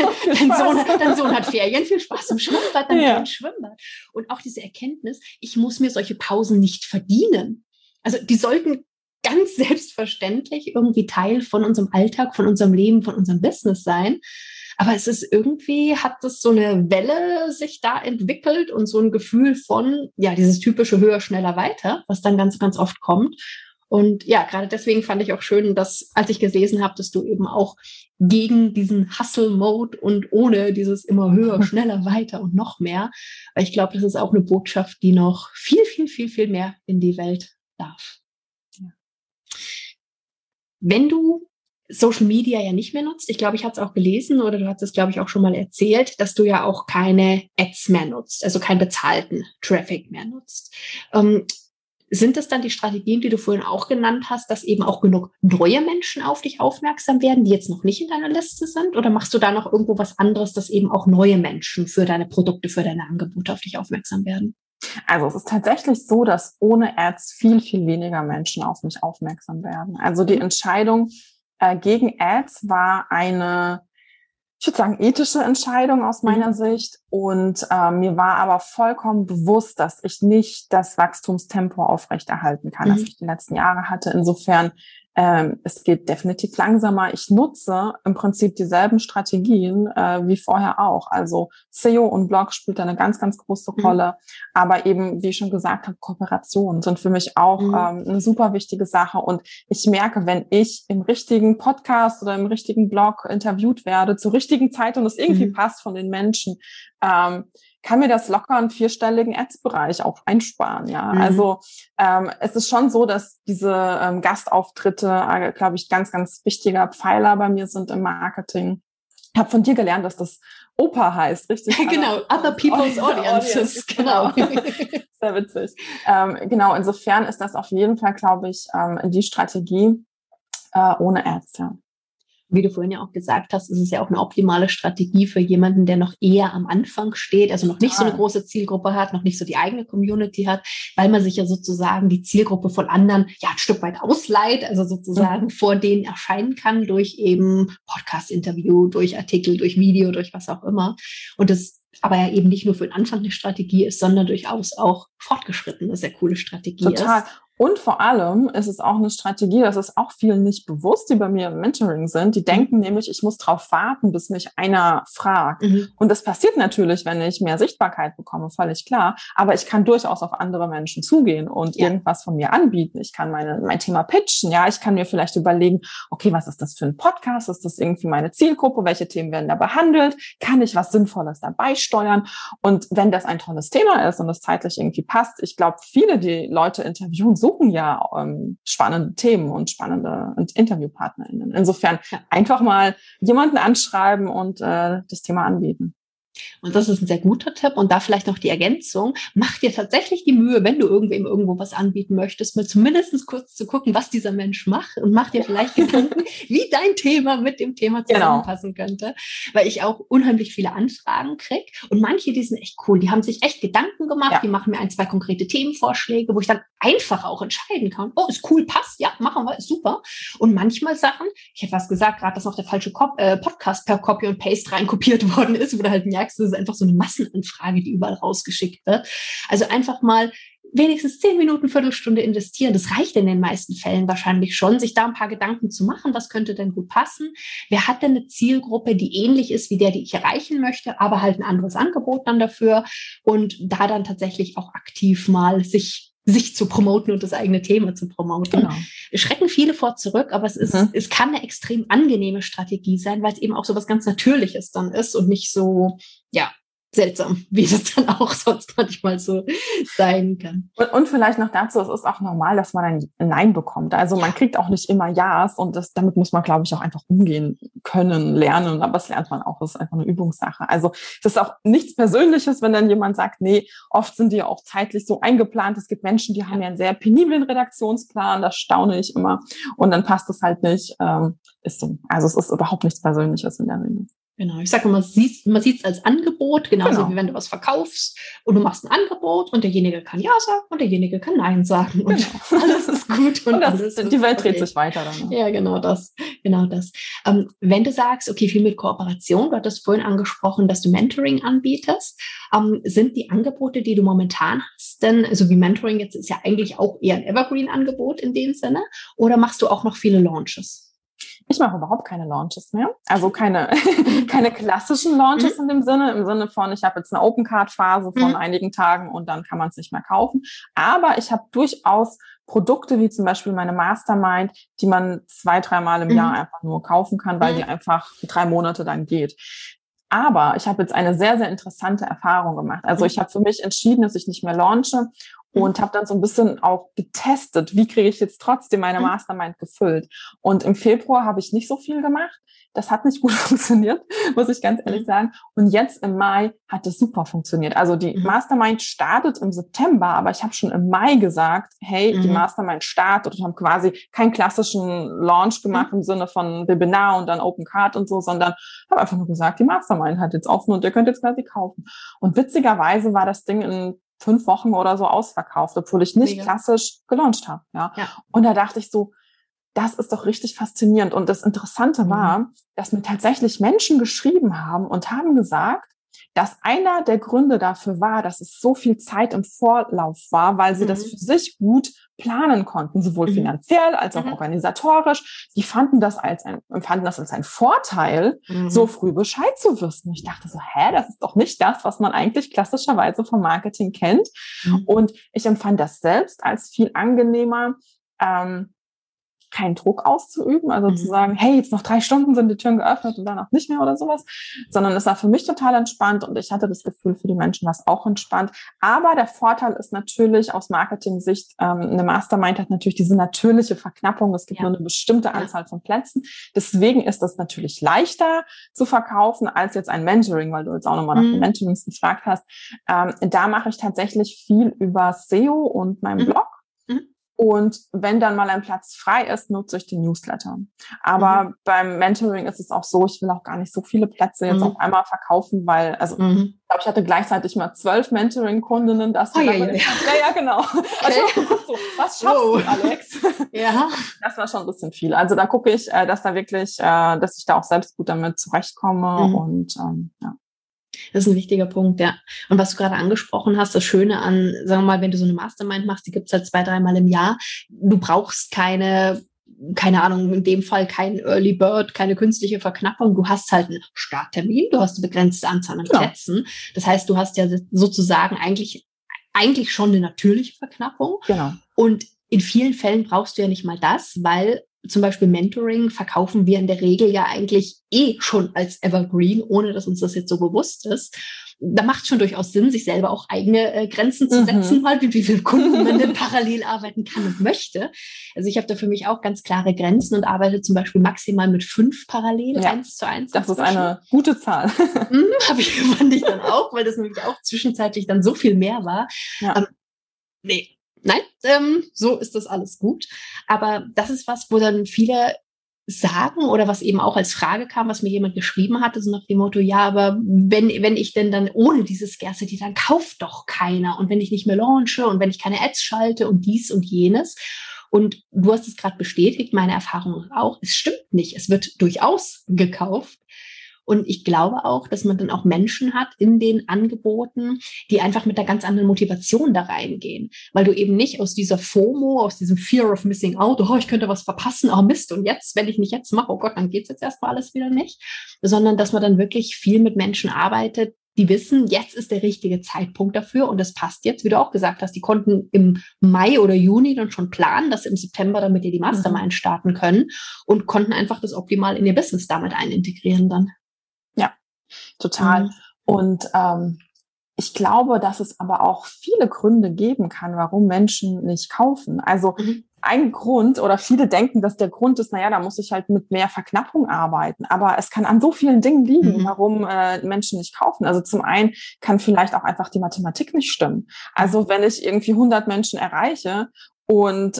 dein Sohn hat Ferien, viel Spaß im Schwimmbad, dann ins Schwimmbad. Und auch diese Erkenntnis, ich muss mir solche Pausen nicht verdienen. Also die sollten ganz selbstverständlich irgendwie Teil von unserem Alltag, von unserem Leben, von unserem Business sein. Aber es ist irgendwie, hat das so eine Welle sich da entwickelt und so ein Gefühl von, dieses typische höher, schneller, weiter, was dann ganz, ganz oft kommt. Und gerade deswegen fand ich auch schön, dass, als ich gelesen habe, dass du eben auch gegen diesen Hustle-Mode und ohne dieses immer höher, schneller, weiter und noch mehr, weil ich glaube, das ist auch eine Botschaft, die noch viel, viel, viel, viel mehr in die Welt darf. Ja. Wenn du Social Media ja nicht mehr nutzt, ich glaube, ich hatte es auch gelesen oder du hast es, glaube ich, auch schon mal erzählt, dass du ja auch keine Ads mehr nutzt, also keinen bezahlten Traffic mehr nutzt. Sind das dann die Strategien, die du vorhin auch genannt hast, dass eben auch genug neue Menschen auf dich aufmerksam werden, die jetzt noch nicht in deiner Liste sind? Oder machst du da noch irgendwo was anderes, dass eben auch neue Menschen für deine Produkte, für deine Angebote auf dich aufmerksam werden? Also es ist tatsächlich so, dass ohne Ads viel, viel weniger Menschen auf mich aufmerksam werden. Also die Entscheidung gegen Ads war eine, ich würde sagen, ethische Entscheidung aus meiner Sicht. Und mir war aber vollkommen bewusst, dass ich nicht das Wachstumstempo aufrechterhalten kann, das ich die letzten Jahre hatte. Insofern, es geht definitiv langsamer. Ich nutze im Prinzip dieselben Strategien wie vorher auch. Also SEO und Blog spielt eine ganz, ganz große Rolle. Aber eben, wie ich schon gesagt habe, Kooperationen sind für mich auch eine super wichtige Sache. Und ich merke, wenn ich im richtigen Podcast oder im richtigen Blog interviewt werde, zur richtigen Zeit und es irgendwie passt von den Menschen, kann mir das locker einen 4-stelligen Ads-Bereich auch einsparen. Ja, also es ist schon so, dass diese Gastauftritte, glaube ich, ganz, ganz wichtiger Pfeiler bei mir sind im Marketing. Ich habe von dir gelernt, dass das OPA heißt, richtig? Genau, Other People's Audiences. Genau. Sehr witzig. Genau, insofern ist das auf jeden Fall, glaube ich, die Strategie ohne Ads, ja. Wie du vorhin ja auch gesagt hast, ist es ja auch eine optimale Strategie für jemanden, der noch eher am Anfang steht, also noch nicht so eine große Zielgruppe hat, noch nicht so die eigene Community hat, weil man sich ja sozusagen die Zielgruppe von anderen ja ein Stück weit ausleiht, also sozusagen vor denen erscheinen kann durch eben Podcast-Interview, durch Artikel, durch Video, durch was auch immer. Und das aber ja eben nicht nur für den Anfang eine Strategie ist, sondern durchaus auch fortgeschritten eine sehr coole Strategie Total. ist. Und vor allem ist es auch eine Strategie, das ist auch vielen nicht bewusst, die bei mir im Mentoring sind. Die denken nämlich, ich muss drauf warten, bis mich einer fragt. Und das passiert natürlich, wenn ich mehr Sichtbarkeit bekomme, völlig klar. Aber ich kann durchaus auf andere Menschen zugehen und irgendwas von mir anbieten. Ich kann mein Thema pitchen. Ja, ich kann mir vielleicht überlegen, okay, was ist das für ein Podcast? Ist das irgendwie meine Zielgruppe? Welche Themen werden da behandelt? Kann ich was Sinnvolles dabei steuern? Und wenn das ein tolles Thema ist und es zeitlich irgendwie passt, ich glaube, viele, die Leute interviewen, suchen ja spannende Themen und spannende InterviewpartnerInnen. Insofern einfach mal jemanden anschreiben und das Thema anbieten. Und das ist ein sehr guter Tipp. Und da vielleicht noch die Ergänzung. Mach dir tatsächlich die Mühe, wenn du irgendwem irgendwo was anbieten möchtest, mal zumindest kurz zu gucken, was dieser Mensch macht und mach dir vielleicht Gedanken, wie dein Thema mit dem Thema zusammenpassen könnte. Weil ich auch unheimlich viele Anfragen kriege. Und manche, die sind echt cool. Die haben sich echt Gedanken gemacht. Die machen mir 1, 2 konkrete Themenvorschläge, wo ich dann einfach auch entscheiden kann. Oh, ist cool, passt. Ja, machen wir, ist super. Und manchmal Sachen, ich hätte was gesagt, gerade dass noch der falsche Podcast per Copy und Paste reinkopiert worden ist, wo du halt merkst, das ist einfach so eine Massenanfrage, die überall rausgeschickt wird. Also einfach mal wenigstens 10 Minuten, Viertelstunde investieren. Das reicht in den meisten Fällen wahrscheinlich schon, sich da ein paar Gedanken zu machen, was könnte denn gut passen? Wer hat denn eine Zielgruppe, die ähnlich ist wie der, die ich erreichen möchte, aber halt ein anderes Angebot dann dafür und da dann tatsächlich auch aktiv mal sich zu promoten und das eigene Thema zu promoten. Genau. Schrecken viele vor zurück, aber es kann eine extrem angenehme Strategie sein, weil es eben auch so was ganz Natürliches dann ist und nicht so, seltsam, wie das dann auch sonst manchmal so sein kann. Und vielleicht noch dazu, es ist auch normal, dass man ein Nein bekommt. Also man kriegt auch nicht immer Ja's und damit muss man, glaube ich, auch einfach umgehen können, lernen. Aber das lernt man auch, das ist einfach eine Übungssache. Also das ist auch nichts Persönliches, wenn dann jemand sagt, nee, oft sind die auch zeitlich so eingeplant. Es gibt Menschen, die haben ja einen sehr peniblen Redaktionsplan, das staune ich immer. Und dann passt es halt nicht. Ist so. Also es ist überhaupt nichts Persönliches in der Regel. Genau, ich sage immer, man sieht es als Angebot, genauso wie wenn du was verkaufst und du machst ein Angebot und derjenige kann Ja sagen und derjenige kann Nein sagen und alles ist gut. Und die Welt dreht sich weiter dann. Ja, genau das. Wenn du sagst, okay, viel mit Kooperation, du hattest vorhin angesprochen, dass du Mentoring anbietest, sind die Angebote, die du momentan hast, denn also wie Mentoring jetzt ist ja eigentlich auch eher ein Evergreen-Angebot in dem Sinne, oder machst du auch noch viele Launches? Ich mache überhaupt keine Launches mehr. Also keine klassischen Launches im Sinne von, ich habe jetzt eine Open-Card-Phase von einigen Tagen und dann kann man es nicht mehr kaufen. Aber ich habe durchaus Produkte wie zum Beispiel meine Mastermind, die man 2, 3 Mal im Jahr einfach nur kaufen kann, weil die einfach 3 Monate dann geht. Aber ich habe jetzt eine sehr, sehr interessante Erfahrung gemacht. Also ich habe für mich entschieden, dass ich nicht mehr launche und habe dann so ein bisschen auch getestet, wie kriege ich jetzt trotzdem meine Mastermind gefüllt. Und im Februar habe ich nicht so viel gemacht. Das hat nicht gut funktioniert, muss ich ganz ehrlich sagen. Und jetzt im Mai hat es super funktioniert. Also die Mastermind startet im September, aber ich habe schon im Mai gesagt, hey, die Mastermind startet und haben quasi keinen klassischen Launch gemacht im Sinne von Webinar und dann Open Card und so, sondern habe einfach nur gesagt, die Mastermind hat jetzt offen und ihr könnt jetzt quasi kaufen. Und witzigerweise war das Ding in 5 Wochen oder so ausverkauft, obwohl ich nicht klassisch gelauncht habe. Ja. Und da dachte ich so, das ist doch richtig faszinierend. Und das Interessante war, dass mir tatsächlich Menschen geschrieben haben und haben gesagt, dass einer der Gründe dafür war, dass es so viel Zeit im Vorlauf war, weil sie das für sich gut planen konnten, sowohl finanziell als auch organisatorisch. Die empfanden das als ein Vorteil, so früh Bescheid zu wissen. Ich dachte so, das ist doch nicht das, was man eigentlich klassischerweise vom Marketing kennt. Und ich empfand das selbst als viel angenehmer, keinen Druck auszuüben, also zu sagen, hey, jetzt noch 3 Stunden sind die Türen geöffnet und danach nicht mehr oder sowas, sondern es war für mich total entspannt und ich hatte das Gefühl, für die Menschen war es auch entspannt. Aber der Vorteil ist natürlich aus Marketing-Sicht, eine Mastermind hat natürlich diese natürliche Verknappung, es gibt nur eine bestimmte Anzahl von Plätzen, deswegen ist das natürlich leichter zu verkaufen als jetzt ein Mentoring, weil du jetzt auch nochmal nach den Mentorings gefragt hast. Da mache ich tatsächlich viel über SEO und meinen Blog. Und wenn dann mal ein Platz frei ist, nutze ich den Newsletter. Aber beim Mentoring ist es auch so, ich will auch gar nicht so viele Plätze jetzt auf einmal verkaufen, weil, also ich glaube, ich hatte gleichzeitig mal 12 Mentoring-Kundinnen. Das genau. Okay. Also, so, was schaffst du, Alex? Das war schon ein bisschen viel. Also da gucke ich, dass da wirklich, dass ich da auch selbst gut damit zurechtkomme und Das ist ein wichtiger Punkt, ja. Und was du gerade angesprochen hast, das Schöne an, sagen wir mal, wenn du so eine Mastermind machst, die gibt's halt 2-3 Mal im Jahr. Du brauchst keine Ahnung, in dem Fall kein Early Bird, keine künstliche Verknappung. Du hast halt einen Starttermin, du hast eine begrenzte Anzahl an Plätzen. Das heißt, du hast ja sozusagen eigentlich schon eine natürliche Verknappung. Genau. Und in vielen Fällen brauchst du ja nicht mal das, weil zum Beispiel Mentoring verkaufen wir in der Regel ja eigentlich schon als Evergreen, ohne dass uns das jetzt so bewusst ist. Da macht es schon durchaus Sinn, sich selber auch eigene Grenzen zu setzen, halt, wie viele Kunden man denn parallel arbeiten kann und möchte. Also ich habe da für mich auch ganz klare Grenzen und arbeite zum Beispiel maximal mit 5 parallel, 1:1. Das ist eine gute Zahl. Fand ich dann auch, weil das nämlich auch zwischenzeitlich dann so viel mehr war. Nein, so ist das alles gut. Aber das ist was, wo dann viele sagen oder was eben auch als Frage kam, was mir jemand geschrieben hatte, so nach dem Motto, ja, aber wenn ich denn dann ohne diese Scarcity, dann kauft doch keiner. Und wenn ich nicht mehr launche und wenn ich keine Ads schalte und dies und jenes. Und du hast es gerade bestätigt, meine Erfahrung ist auch, es stimmt nicht. Es wird durchaus gekauft. Und ich glaube auch, dass man dann auch Menschen hat in den Angeboten, die einfach mit einer ganz anderen Motivation da reingehen. Weil du eben nicht aus dieser FOMO, aus diesem Fear of Missing Out, ich könnte was verpassen, Mist, und jetzt, wenn ich nicht jetzt mache, oh Gott, dann geht's jetzt erstmal alles wieder nicht. Sondern dass man dann wirklich viel mit Menschen arbeitet, die wissen, jetzt ist der richtige Zeitpunkt dafür und das passt jetzt, wie du auch gesagt hast, die konnten im Mai oder Juni dann schon planen, dass sie im September damit ihr die Mastermind starten können und konnten einfach das optimal in ihr Business damit einintegrieren dann. Ja, total. Und ich glaube, dass es aber auch viele Gründe geben kann, warum Menschen nicht kaufen. Also ein Grund, oder viele denken, dass der Grund ist, da muss ich halt mit mehr Verknappung arbeiten. Aber es kann an so vielen Dingen liegen, warum Menschen nicht kaufen. Also zum einen kann vielleicht auch einfach die Mathematik nicht stimmen. Also wenn ich irgendwie 100 Menschen erreiche und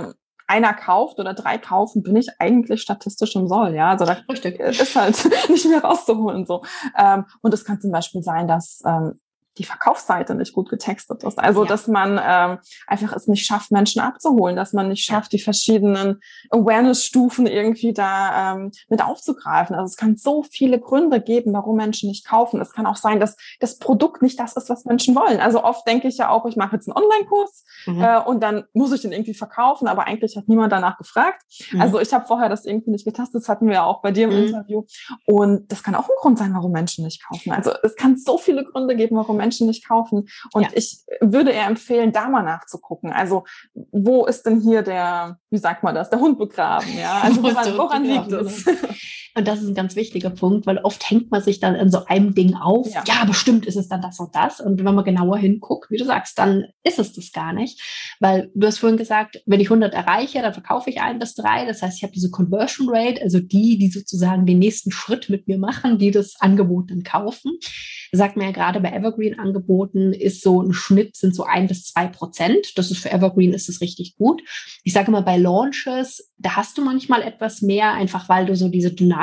einer kauft oder 3 kaufen, bin ich eigentlich statistisch im Soll, ja. Also da ist halt nicht mehr rauszuholen, so. Und es kann zum Beispiel sein, dass die Verkaufsseite nicht gut getextet ist. Also, dass man einfach es nicht schafft, Menschen abzuholen, dass man nicht schafft, die verschiedenen Awareness-Stufen irgendwie da mit aufzugreifen. Also es kann so viele Gründe geben, warum Menschen nicht kaufen. Es kann auch sein, dass das Produkt nicht das ist, was Menschen wollen. Also oft denke ich ja auch, ich mache jetzt einen Online-Kurs und dann muss ich den irgendwie verkaufen, aber eigentlich hat niemand danach gefragt. Also ich habe vorher das irgendwie nicht getestet, das hatten wir ja auch bei dir im Interview. Und das kann auch ein Grund sein, warum Menschen nicht kaufen. Also es kann so viele Gründe geben, warum Menschen nicht kaufen. Und ich würde eher empfehlen, da mal nachzugucken. Also wo ist denn hier der Hund begraben? Ja, also woran liegt es? Und das ist ein ganz wichtiger Punkt, weil oft hängt man sich dann in so einem Ding auf. Ja, bestimmt ist es dann das und das. Und wenn man genauer hinguckt, wie du sagst, dann ist es das gar nicht. Weil du hast vorhin gesagt, wenn ich 100 erreiche, dann verkaufe ich 1 bis 3. Das heißt, ich habe diese Conversion Rate, also die sozusagen den nächsten Schritt mit mir machen, die das Angebot dann kaufen. Sagt mir ja gerade bei Evergreen-Angeboten ist so ein Schnitt, sind so 1-2%. Das ist für Evergreen ist das richtig gut. Ich sage mal, bei Launches, da hast du manchmal etwas mehr, einfach weil du so diese Dynamik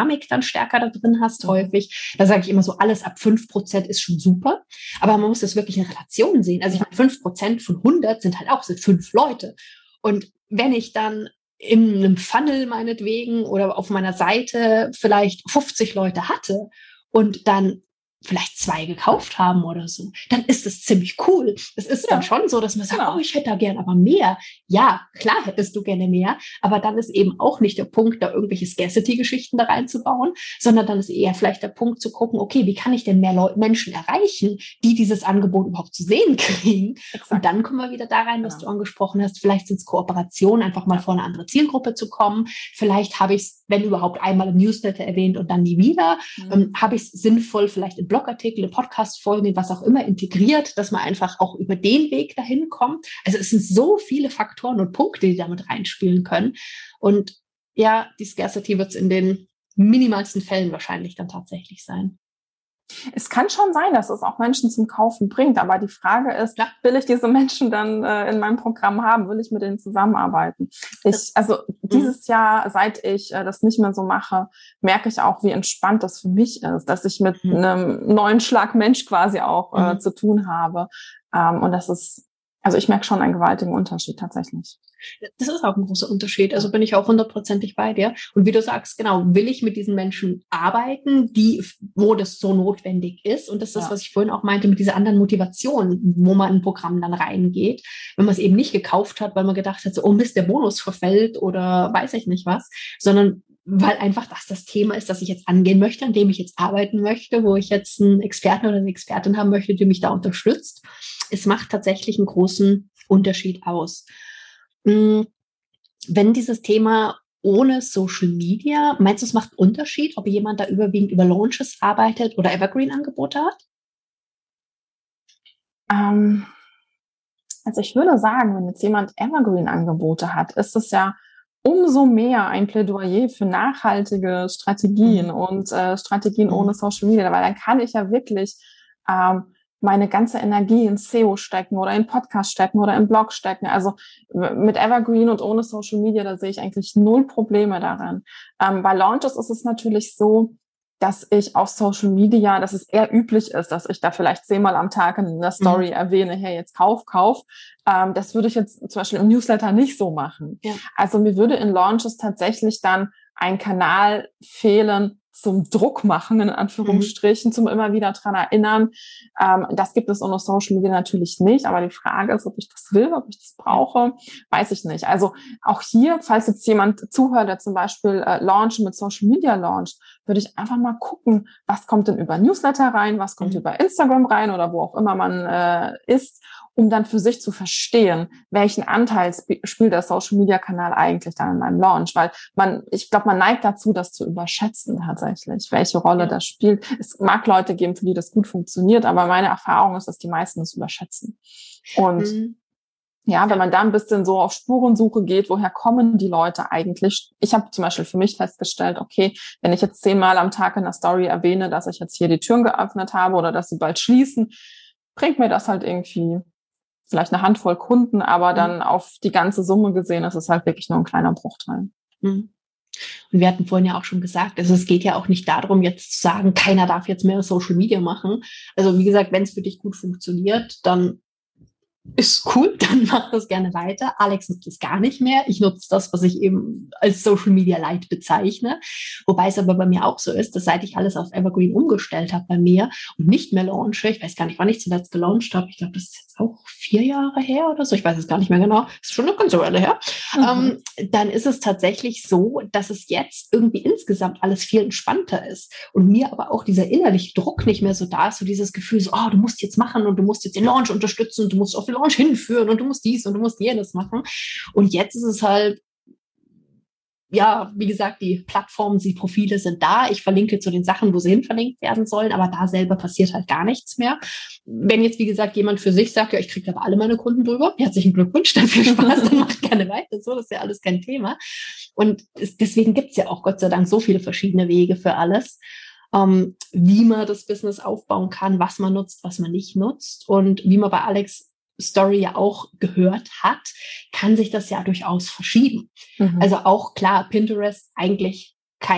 Dynamik dann stärker da drin hast, häufig. Da sage ich immer so, alles ab 5% ist schon super. Aber man muss das wirklich in Relation sehen. Also ich meine, 5% von 100 sind 5 Leute. Und wenn ich dann in einem Funnel meinetwegen oder auf meiner Seite vielleicht 50 Leute hatte und dann vielleicht 2 gekauft haben oder so, dann ist das ziemlich cool. Es ist dann schon so, dass man sagt, oh, ich hätte da gern aber mehr. Ja, klar hättest du gerne mehr, aber dann ist eben auch nicht der Punkt, da irgendwelche Scarcity-Geschichten da reinzubauen, sondern dann ist eher vielleicht der Punkt zu gucken, okay, wie kann ich denn mehr Menschen erreichen, die dieses Angebot überhaupt zu sehen kriegen? Exakt. Und dann kommen wir wieder da rein, was du angesprochen hast. Vielleicht sind es Kooperationen, einfach mal vor eine andere Zielgruppe zu kommen. Vielleicht habe ich es, wenn überhaupt, einmal im Newsletter erwähnt und dann nie wieder. Habe ich es sinnvoll vielleicht in Blogartikel, in Podcast-Folgen, was auch immer integriert, dass man einfach auch über den Weg dahin kommt. Also es sind so viele Faktoren und Punkte, die damit reinspielen können. Und ja, die Scarcity wird es in den minimalsten Fällen wahrscheinlich dann tatsächlich sein. Es kann schon sein, dass es auch Menschen zum Kaufen bringt, aber die Frage ist, will ich diese Menschen dann in meinem Programm haben? Will ich mit denen zusammenarbeiten? Dieses Jahr, seit ich das nicht mehr so mache, merke ich auch, wie entspannt das für mich ist, dass ich mit einem neuen Schlag Mensch quasi auch zu tun habe. Und das ist, also ich merke schon einen gewaltigen Unterschied tatsächlich. Das ist auch ein großer Unterschied. Also bin ich auch 100%ig bei dir. Und wie du sagst, genau, will ich mit diesen Menschen arbeiten, wo das so notwendig ist? Und das ist das, was ich vorhin auch meinte, mit dieser anderen Motivation, wo man in ein Programm dann reingeht. Wenn man es eben nicht gekauft hat, weil man gedacht hat, so, oh Mist, der Bonus verfällt oder weiß ich nicht was, sondern weil einfach das Thema ist, das ich jetzt angehen möchte, an dem ich jetzt arbeiten möchte, wo ich jetzt einen Experten oder eine Expertin haben möchte, die mich da unterstützt. Es macht tatsächlich einen großen Unterschied aus. Wenn dieses Thema ohne Social Media, meinst du, es macht einen Unterschied, ob jemand da überwiegend über Launches arbeitet oder Evergreen-Angebote hat? Also ich würde sagen, wenn jetzt jemand Evergreen-Angebote hat, ist es ja umso mehr ein Plädoyer für nachhaltige Strategien und Strategien ohne Social Media, weil dann kann ich ja wirklich meine ganze Energie in SEO stecken oder in Podcast stecken oder im Blog stecken. Also mit Evergreen und ohne Social Media, da sehe ich eigentlich 0 Probleme daran. Bei Launches ist es natürlich so, dass ich auf Social Media, dass es eher üblich ist, dass ich da vielleicht 10-mal am Tag in der Story erwähne, hey, jetzt kauf. Das würde ich jetzt zum Beispiel im Newsletter nicht so machen. Ja. Also mir würde in Launches tatsächlich dann ein Kanal fehlen zum Druck machen, in Anführungsstrichen, zum immer wieder dran erinnern. Das gibt es ohne Social Media natürlich nicht, aber die Frage ist, ob ich das will, ob ich das brauche, weiß ich nicht. Also auch hier, falls jetzt jemand zuhört, der zum Beispiel Launchen mit Social Media launcht, würde ich einfach mal gucken, was kommt denn über Newsletter rein, was kommt über Instagram rein oder wo auch immer man ist, um dann für sich zu verstehen, welchen Anteil spielt der Social-Media-Kanal eigentlich dann in meinem Launch. Weil ich glaube, man neigt dazu, das zu überschätzen tatsächlich, welche Rolle das spielt. Es mag Leute geben, für die das gut funktioniert, aber meine Erfahrung ist, dass die meisten es überschätzen. Und ja, wenn man da ein bisschen so auf Spurensuche geht, woher kommen die Leute eigentlich? Ich habe zum Beispiel für mich festgestellt, okay, wenn ich jetzt 10-mal am Tag in der Story erwähne, dass ich jetzt hier die Türen geöffnet habe oder dass sie bald schließen, bringt mir das halt irgendwie vielleicht eine Handvoll Kunden, aber dann auf die ganze Summe gesehen ist es halt wirklich nur ein kleiner Bruchteil. Und wir hatten vorhin ja auch schon gesagt, also es geht ja auch nicht darum, jetzt zu sagen, keiner darf jetzt mehr Social Media machen. Also wie gesagt, wenn es für dich gut funktioniert, dann ist cool, dann mach das gerne weiter. Alex nutzt es gar nicht mehr. Ich nutze das, was ich eben als Social Media Lite bezeichne. Wobei es aber bei mir auch so ist, dass seit ich alles auf Evergreen umgestellt habe bei mir und nicht mehr launche, ich weiß gar nicht, wann ich zuletzt gelauncht habe, ich glaube, das ist jetzt auch 4 Jahre her oder so, ich weiß es gar nicht mehr genau, ist schon eine ganze Weile her, dann ist es tatsächlich so, dass es jetzt irgendwie insgesamt alles viel entspannter ist und mir aber auch dieser innerliche Druck nicht mehr so da ist, so dieses Gefühl, so, du musst jetzt machen und du musst jetzt den Launch unterstützen und du musst auf den Launch hinführen und du musst dies und du musst jenes machen. Und jetzt ist es halt, ja, wie gesagt, die Plattformen, die Profile sind da. Ich verlinke zu den Sachen, wo sie hin verlinkt werden sollen, aber da selber passiert halt gar nichts mehr. Wenn jetzt, wie gesagt, jemand für sich sagt, ja, ich kriege aber alle meine Kunden drüber, herzlichen Glückwunsch, dann viel Spaß, dann macht gerne weiter. So, das ist ja alles kein Thema. Und deswegen gibt es ja auch Gott sei Dank so viele verschiedene Wege für alles, wie man das Business aufbauen kann, was man nutzt, was man nicht nutzt. Und wie man bei Alex Story ja auch gehört hat, kann sich das ja durchaus verschieben. Also auch klar, Pinterest eigentlich kein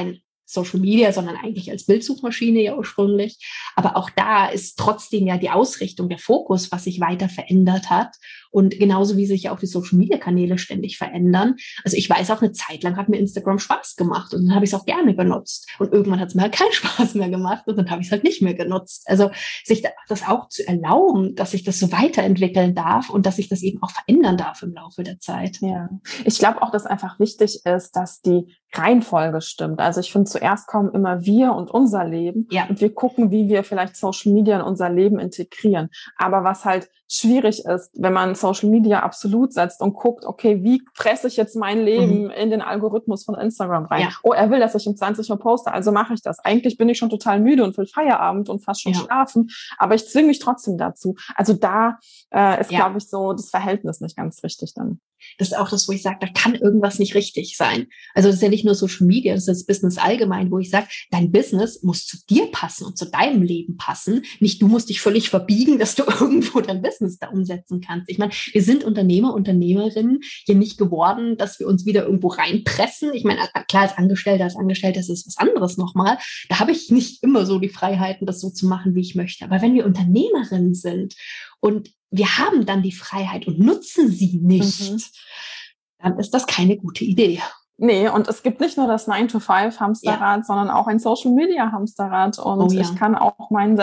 Social Media, sondern eigentlich als Bildsuchmaschine ja ursprünglich. Aber auch da ist trotzdem ja die Ausrichtung, der Fokus, was sich weiter verändert hat. Und genauso wie sich ja auch die Social Media Kanäle ständig verändern. Also ich weiß auch, eine Zeit lang hat mir Instagram Spaß gemacht und dann habe ich es auch gerne benutzt. Und irgendwann hat es mir halt keinen Spaß mehr gemacht und dann habe ich es halt nicht mehr genutzt. Also sich das auch zu erlauben, dass ich das so weiterentwickeln darf und dass ich das eben auch verändern darf im Laufe der Zeit. Ja, ich glaube auch, dass einfach wichtig ist, dass die Reihenfolge stimmt. Also ich finde, zuerst kommen immer wir und unser Leben und wir gucken, wie wir vielleicht Social Media in unser Leben integrieren. Aber was halt schwierig ist, wenn man Social Media absolut setzt und guckt, okay, wie presse ich jetzt mein Leben in den Algorithmus von Instagram rein? Ja. Oh, er will, dass ich um 20 Uhr poste, also mache ich das. Eigentlich bin ich schon total müde und will Feierabend und fast schon schlafen, aber ich zwinge mich trotzdem dazu. Also da ist, glaube ich, so das Verhältnis nicht ganz richtig dann. Das ist auch das, wo ich sage, da kann irgendwas nicht richtig sein. Also das ist ja nicht nur Social Media, das ist das Business allgemein, wo ich sage, dein Business muss zu dir passen und zu deinem Leben passen. Nicht du musst dich völlig verbiegen, dass du irgendwo dein Business da umsetzen kannst. Ich meine, wir sind Unternehmer, Unternehmerinnen hier nicht geworden, dass wir uns wieder irgendwo reinpressen. Ich meine, klar, als Angestellter ist es was anderes nochmal. Da habe ich nicht immer so die Freiheiten, das so zu machen, wie ich möchte. Aber wenn wir Unternehmerinnen sind und wir haben dann die Freiheit und nutzen sie nicht, dann ist das keine gute Idee. Nee, und es gibt nicht nur das 9-to-5-Hamsterrad, sondern auch ein Social-Media-Hamsterrad. Und ich kann auch mein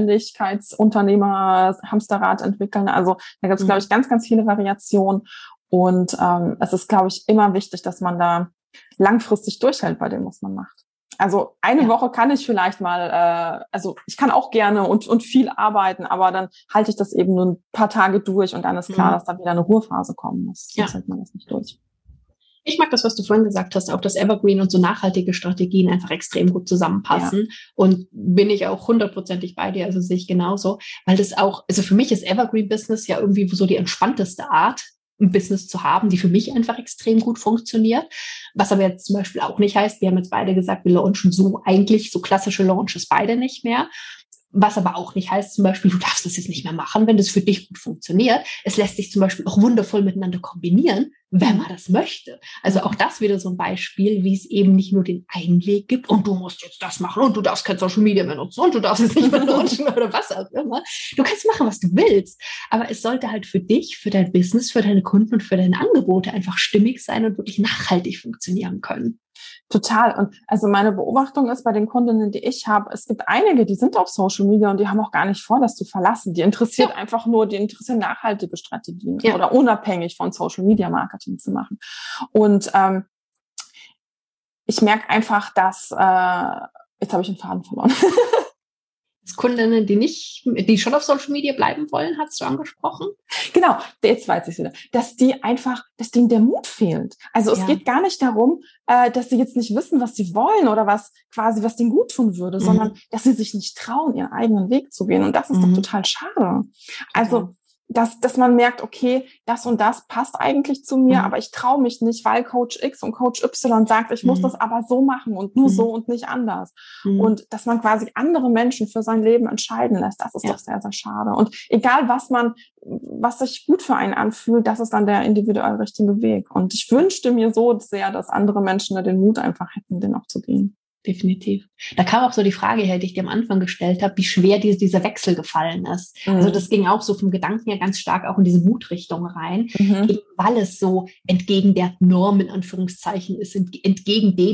Selbstständigkeitsunternehmer-Hamsterrad entwickeln. Also da gibt es, glaube ich, ganz, ganz viele Variationen. Und es ist, glaube ich, immer wichtig, dass man da langfristig durchhält bei dem, was man macht. Also eine Woche kann ich vielleicht mal, also ich kann auch gerne und viel arbeiten, aber dann halte ich das eben nur ein paar Tage durch und dann ist klar, dass da wieder eine Ruhephase kommen muss. Sonst hält man das nicht durch. Ich mag das, was du vorhin gesagt hast, auch dass Evergreen und so nachhaltige Strategien einfach extrem gut zusammenpassen. Und bin ich auch 100%ig bei dir, also sehe ich genauso. Weil das auch, also für mich ist Evergreen-Business ja irgendwie so die entspannteste Art, ein Business zu haben, die für mich einfach extrem gut funktioniert. Was aber jetzt zum Beispiel auch nicht heißt, wir haben jetzt beide gesagt, wir launchen so eigentlich so klassische Launches beide nicht mehr. Was aber auch nicht heißt, zum Beispiel, du darfst das jetzt nicht mehr machen, wenn das für dich gut funktioniert. Es lässt sich zum Beispiel auch wundervoll miteinander kombinieren, wenn man das möchte. Also auch das wieder so ein Beispiel, wie es eben nicht nur den einen Weg gibt und du musst jetzt das machen und du darfst kein Social Media mehr nutzen und du darfst es nicht mehr launchen oder was auch immer. Du kannst machen, was du willst, aber es sollte halt für dich, für dein Business, für deine Kunden und für deine Angebote einfach stimmig sein und wirklich nachhaltig funktionieren können. Total. Und also meine Beobachtung ist bei den Kundinnen, die ich habe, es gibt einige, die sind auf Social Media und die haben auch gar nicht vor, das zu verlassen. Die interessieren nachhaltige Strategien oder unabhängig von Social Media Marketing zu machen. Und ich merke einfach, dass jetzt habe ich den Faden verloren. Kundinnen, die schon auf Social Media bleiben wollen, hast du angesprochen? Genau, jetzt weiß ich es wieder. Dass denen der Mut fehlt. Also es geht gar nicht darum, dass sie jetzt nicht wissen, was sie wollen oder was denen gut tun würde, sondern dass sie sich nicht trauen, ihren eigenen Weg zu gehen. Und das ist doch total schade. Also dass man merkt, okay, das und das passt eigentlich zu mir, aber ich traue mich nicht, weil Coach X und Coach Y sagt, ich muss das aber so machen und nur so und nicht anders. Und dass man quasi andere Menschen für sein Leben entscheiden lässt, das ist doch sehr, sehr schade. Und egal, was sich gut für einen anfühlt, das ist dann der individuell richtige Weg. Und ich wünschte mir so sehr, dass andere Menschen da den Mut einfach hätten, den auch zu gehen. Definitiv. Da kam auch so die Frage her, die ich dir am Anfang gestellt habe, wie schwer dieser Wechsel gefallen ist. Also das ging auch so vom Gedanken her ganz stark auch in diese Mutrichtung rein, eben weil es so entgegen der Norm in Anführungszeichen ist, entgegen dem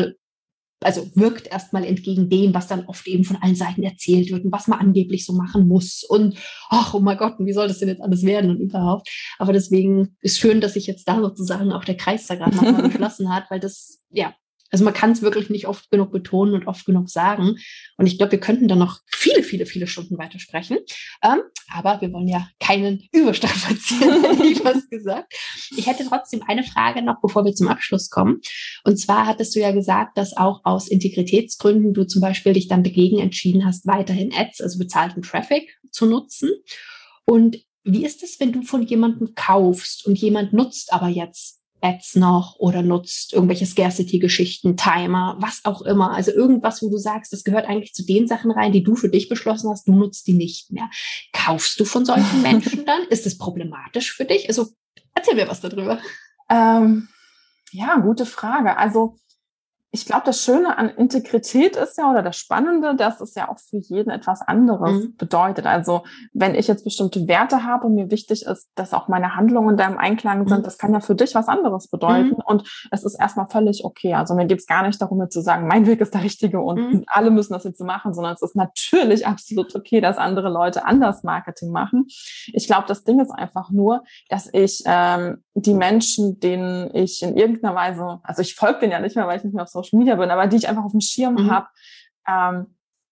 wirkt erstmal entgegen dem, was dann oft eben von allen Seiten erzählt wird und was man angeblich so machen muss. Und ach, oh mein Gott, wie soll das denn jetzt alles werden und überhaupt? Aber deswegen ist schön, dass sich jetzt da sozusagen auch der Kreis da gerade nochmal geschlossen hat, weil das, also man kann es wirklich nicht oft genug betonen und oft genug sagen. Und ich glaube, wir könnten da noch viele, viele, viele Stunden weitersprechen. Aber wir wollen ja keinen überstrapazieren, hätte ich fast gesagt. Ich hätte trotzdem eine Frage noch, bevor wir zum Abschluss kommen. Und zwar hattest du ja gesagt, dass auch aus Integritätsgründen du zum Beispiel dich dann dagegen entschieden hast, weiterhin Ads, also bezahlten Traffic, zu nutzen. Und wie ist es, wenn du von jemandem kaufst und jemand nutzt aber jetzt Ads noch oder nutzt irgendwelche Scarcity-Geschichten, Timer, was auch immer. Also irgendwas, wo du sagst, das gehört eigentlich zu den Sachen rein, die du für dich beschlossen hast, du nutzt die nicht mehr. Kaufst du von solchen Menschen dann? Ist das problematisch für dich? Also erzähl mir was darüber. Ja, gute Frage. Also Ich glaube, das Schöne an Integrität ist ja, oder das Spannende, dass es ja auch für jeden etwas anderes bedeutet. Also wenn ich jetzt bestimmte Werte habe und mir wichtig ist, dass auch meine Handlungen da im Einklang sind, das kann ja für dich was anderes bedeuten. Und es ist erstmal völlig okay. Also mir geht es gar nicht darum, mir zu sagen, mein Weg ist der richtige und alle müssen das jetzt so machen, sondern es ist natürlich absolut okay, dass andere Leute anders Marketing machen. Ich glaube, das Ding ist einfach nur, dass ich die Menschen, denen ich in irgendeiner Weise, also ich folge denen ja nicht mehr, weil ich nicht mehr auf Social Media bin, aber die ich einfach auf dem Schirm habe,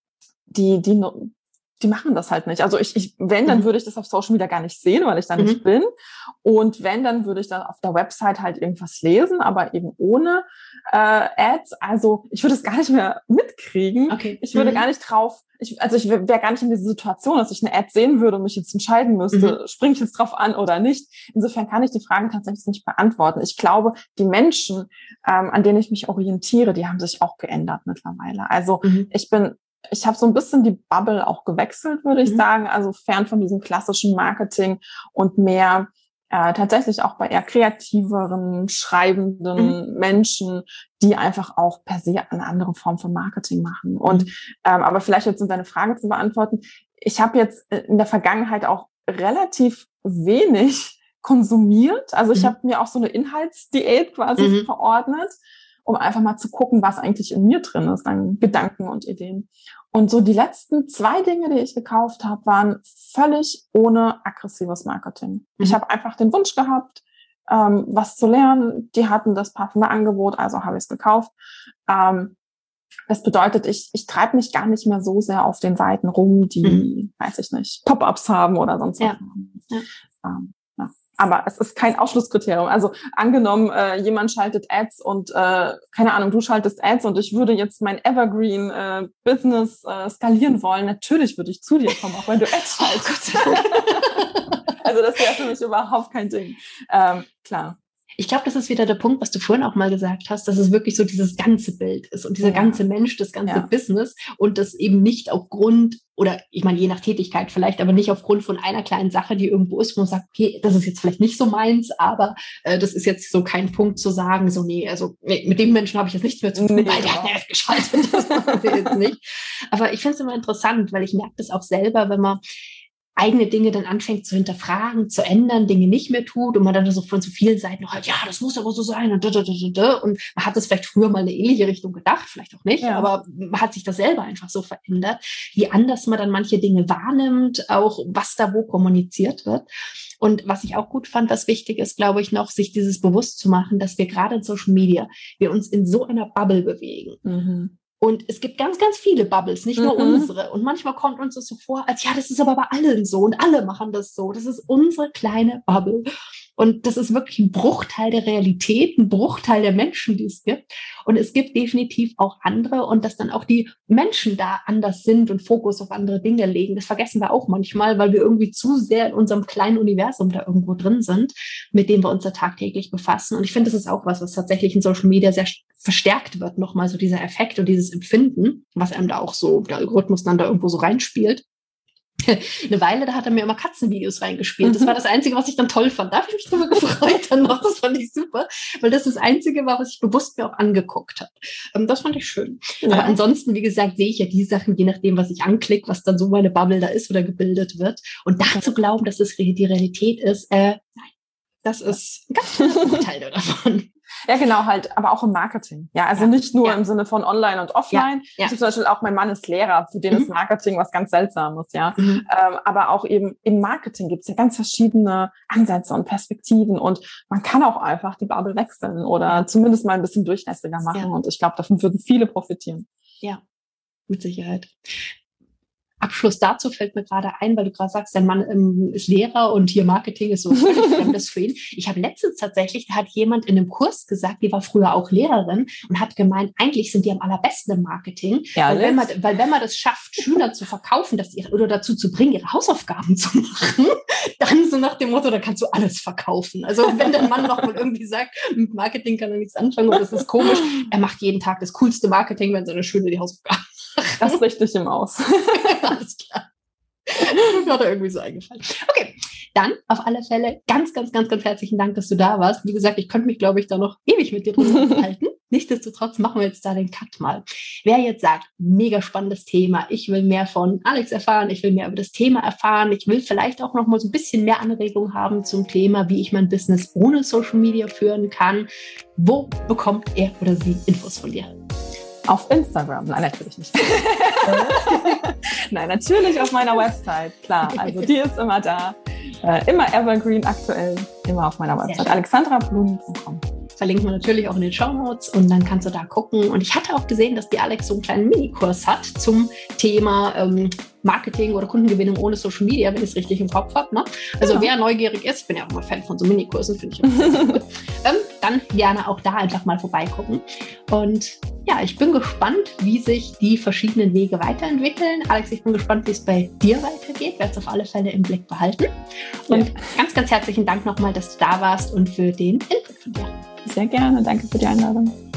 die machen das halt nicht. Also wenn, dann würde ich das auf Social Media gar nicht sehen, weil ich da nicht bin. Und wenn, dann würde ich dann auf der Website halt irgendwas lesen, aber eben ohne Ads. Also ich würde es gar nicht mehr mitkriegen. Okay. Ich würde gar nicht ich wäre gar nicht in dieser Situation, dass ich eine Ad sehen würde und mich jetzt entscheiden müsste, springe ich jetzt drauf an oder nicht. Insofern kann ich die Fragen tatsächlich nicht beantworten. Ich glaube, die Menschen, an denen ich mich orientiere, die haben sich auch geändert mittlerweile. Also ich habe so ein bisschen die Bubble auch gewechselt, würde ich sagen. Also fern von diesem klassischen Marketing und mehr tatsächlich auch bei eher kreativeren, schreibenden Menschen, die einfach auch per se eine andere Form von Marketing machen. Und aber vielleicht jetzt, um deine Frage zu beantworten, ich habe jetzt in der Vergangenheit auch relativ wenig konsumiert. Also ich habe mir auch so eine Inhaltsdiät quasi verordnet, um einfach mal zu gucken, was eigentlich in mir drin ist, an Gedanken und Ideen. Und so die letzten 2 Dinge, die ich gekauft habe, waren völlig ohne aggressives Marketing. Ich habe einfach den Wunsch gehabt, was zu lernen. Die hatten das Parfum-Angebot, also habe ich es gekauft. Das bedeutet, ich treibe mich gar nicht mehr so sehr auf den Seiten rum, die, weiß ich nicht, Pop-ups haben oder sonst was. Ja. Aber es ist kein Ausschlusskriterium. Also angenommen, jemand schaltet Ads und keine Ahnung, du schaltest Ads und ich würde jetzt mein Evergreen-Business skalieren wollen. Natürlich würde ich zu dir kommen, auch wenn du Ads schaltest. Also das wäre für mich überhaupt kein Ding. Klar. Ich glaube, das ist wieder der Punkt, was du vorhin auch mal gesagt hast, dass es wirklich so dieses ganze Bild ist und dieser ganze Mensch, das ganze Business und das eben nicht aufgrund, oder ich meine, je nach Tätigkeit vielleicht, aber nicht aufgrund von einer kleinen Sache, die irgendwo ist, wo man sagt, okay, das ist jetzt vielleicht nicht so meins, aber das ist jetzt so kein Punkt zu sagen, so nee, mit dem Menschen habe ich jetzt nichts mehr zu tun, weil der hat eine App geschaltet, das machen wir jetzt nicht. Aber ich finde es immer interessant, weil ich merke das auch selber, wenn man eigene Dinge dann anfängt zu hinterfragen, zu ändern, Dinge nicht mehr tut und man dann so von so vielen Seiten noch halt, ja, das muss aber so sein und man hat das vielleicht früher mal in eine ähnliche Richtung gedacht, vielleicht auch nicht, aber man hat sich das selber einfach so verändert, wie anders man dann manche Dinge wahrnimmt, auch was da wo kommuniziert wird. Und was ich auch gut fand, was wichtig ist, glaube ich, noch, sich dieses bewusst zu machen, dass wir gerade in Social Media, wir uns in so einer Bubble bewegen. Und es gibt ganz, ganz viele Bubbles, nicht nur unsere. Und manchmal kommt uns das so vor, als ja, das ist aber bei allen so und alle machen das so. Das ist unsere kleine Bubble. Und das ist wirklich ein Bruchteil der Realität, ein Bruchteil der Menschen, die es gibt. Und es gibt definitiv auch andere und dass dann auch die Menschen da anders sind und Fokus auf andere Dinge legen. Das vergessen wir auch manchmal, weil wir irgendwie zu sehr in unserem kleinen Universum da irgendwo drin sind, mit dem wir uns da tagtäglich befassen. Und ich finde, das ist auch was tatsächlich in Social Media sehr verstärkt wird, nochmal so dieser Effekt und dieses Empfinden, was einem da auch so, der Algorithmus dann da irgendwo so reinspielt. Eine Weile, da hat er mir immer Katzenvideos reingespielt. Das war das Einzige, was ich dann toll fand. Da habe ich mich drüber gefreut dann noch. Das fand ich super, weil das Einzige war, was ich bewusst mir auch angeguckt habe. Das fand ich schön. Ja. Aber ansonsten, wie gesagt, sehe ich ja die Sachen, je nachdem, was ich anklicke, was dann so meine Bubble da ist oder gebildet wird. Und da zu glauben, dass es die Realität ist, nein, das ist ein ganz kleiner Bruchteil davon. Ja, genau, halt, aber auch im Marketing. Ja, also nicht nur im Sinne von online und offline. Ich zum Beispiel auch, mein Mann ist Lehrer, für den ist Marketing was ganz Seltsames, ja. Aber auch eben im Marketing gibt es ja ganz verschiedene Ansätze und Perspektiven und man kann auch einfach die Bubble wechseln oder zumindest mal ein bisschen durchlässiger machen und ich glaube, davon würden viele profitieren. Ja, mit Sicherheit. Abschluss dazu fällt mir gerade ein, weil du gerade sagst, dein Mann ist Lehrer und hier Marketing ist so völlig fremdes für ihn. Ich habe letztens tatsächlich, da hat jemand in einem Kurs gesagt, die war früher auch Lehrerin und hat gemeint, eigentlich sind die am allerbesten im Marketing, weil wenn man das schafft, Schüler zu verkaufen, oder dazu zu bringen, ihre Hausaufgaben zu machen, dann so nach dem Motto, da kannst du alles verkaufen. Also wenn der Mann noch mal irgendwie sagt, mit Marketing kann er nichts anfangen und das ist komisch, er macht jeden Tag das coolste Marketing, wenn seine Schüler die Hausaufgaben machen. Das richte ich ihm aus. Alles klar. Das hat er irgendwie so eingefallen. Okay, dann auf alle Fälle ganz, ganz, ganz, ganz herzlichen Dank, dass du da warst. Wie gesagt, ich könnte mich, glaube ich, da noch ewig mit dir drüber unterhalten. nichtsdestotrotz machen wir jetzt da den Cut mal. Wer jetzt sagt, mega spannendes Thema, ich will mehr von Alex erfahren, ich will mehr über das Thema erfahren, ich will vielleicht auch noch mal so ein bisschen mehr Anregung haben zum Thema, wie ich mein Business ohne Social Media führen kann. Wo bekommt er oder sie Infos von dir? Auf Instagram. Nein, natürlich nicht. Nein, natürlich auf meiner Website. Klar, also die ist immer da. Immer evergreen aktuell. Immer auf meiner Website. alexandrablum.com. Verlinken wir natürlich auch in den Shownotes und dann kannst du da gucken. Und ich hatte auch gesehen, dass die Alex so einen kleinen Minikurs hat zum Thema Marketing oder Kundengewinnung ohne Social Media, wenn ich es richtig im Kopf habe. Ne? Also wer neugierig ist, ich bin ja auch immer Fan von so Minikursen, finde ich immer sehr, sehr gut, dann gerne auch da einfach mal vorbeigucken. Und ja, ich bin gespannt, wie sich die verschiedenen Wege weiterentwickeln. Alex, ich bin gespannt, wie es bei dir weitergeht. Werde es auf alle Fälle im Blick behalten. Und ganz, ganz herzlichen Dank nochmal, dass du da warst und für den Input von dir. Sehr gerne. Danke für die Einladung.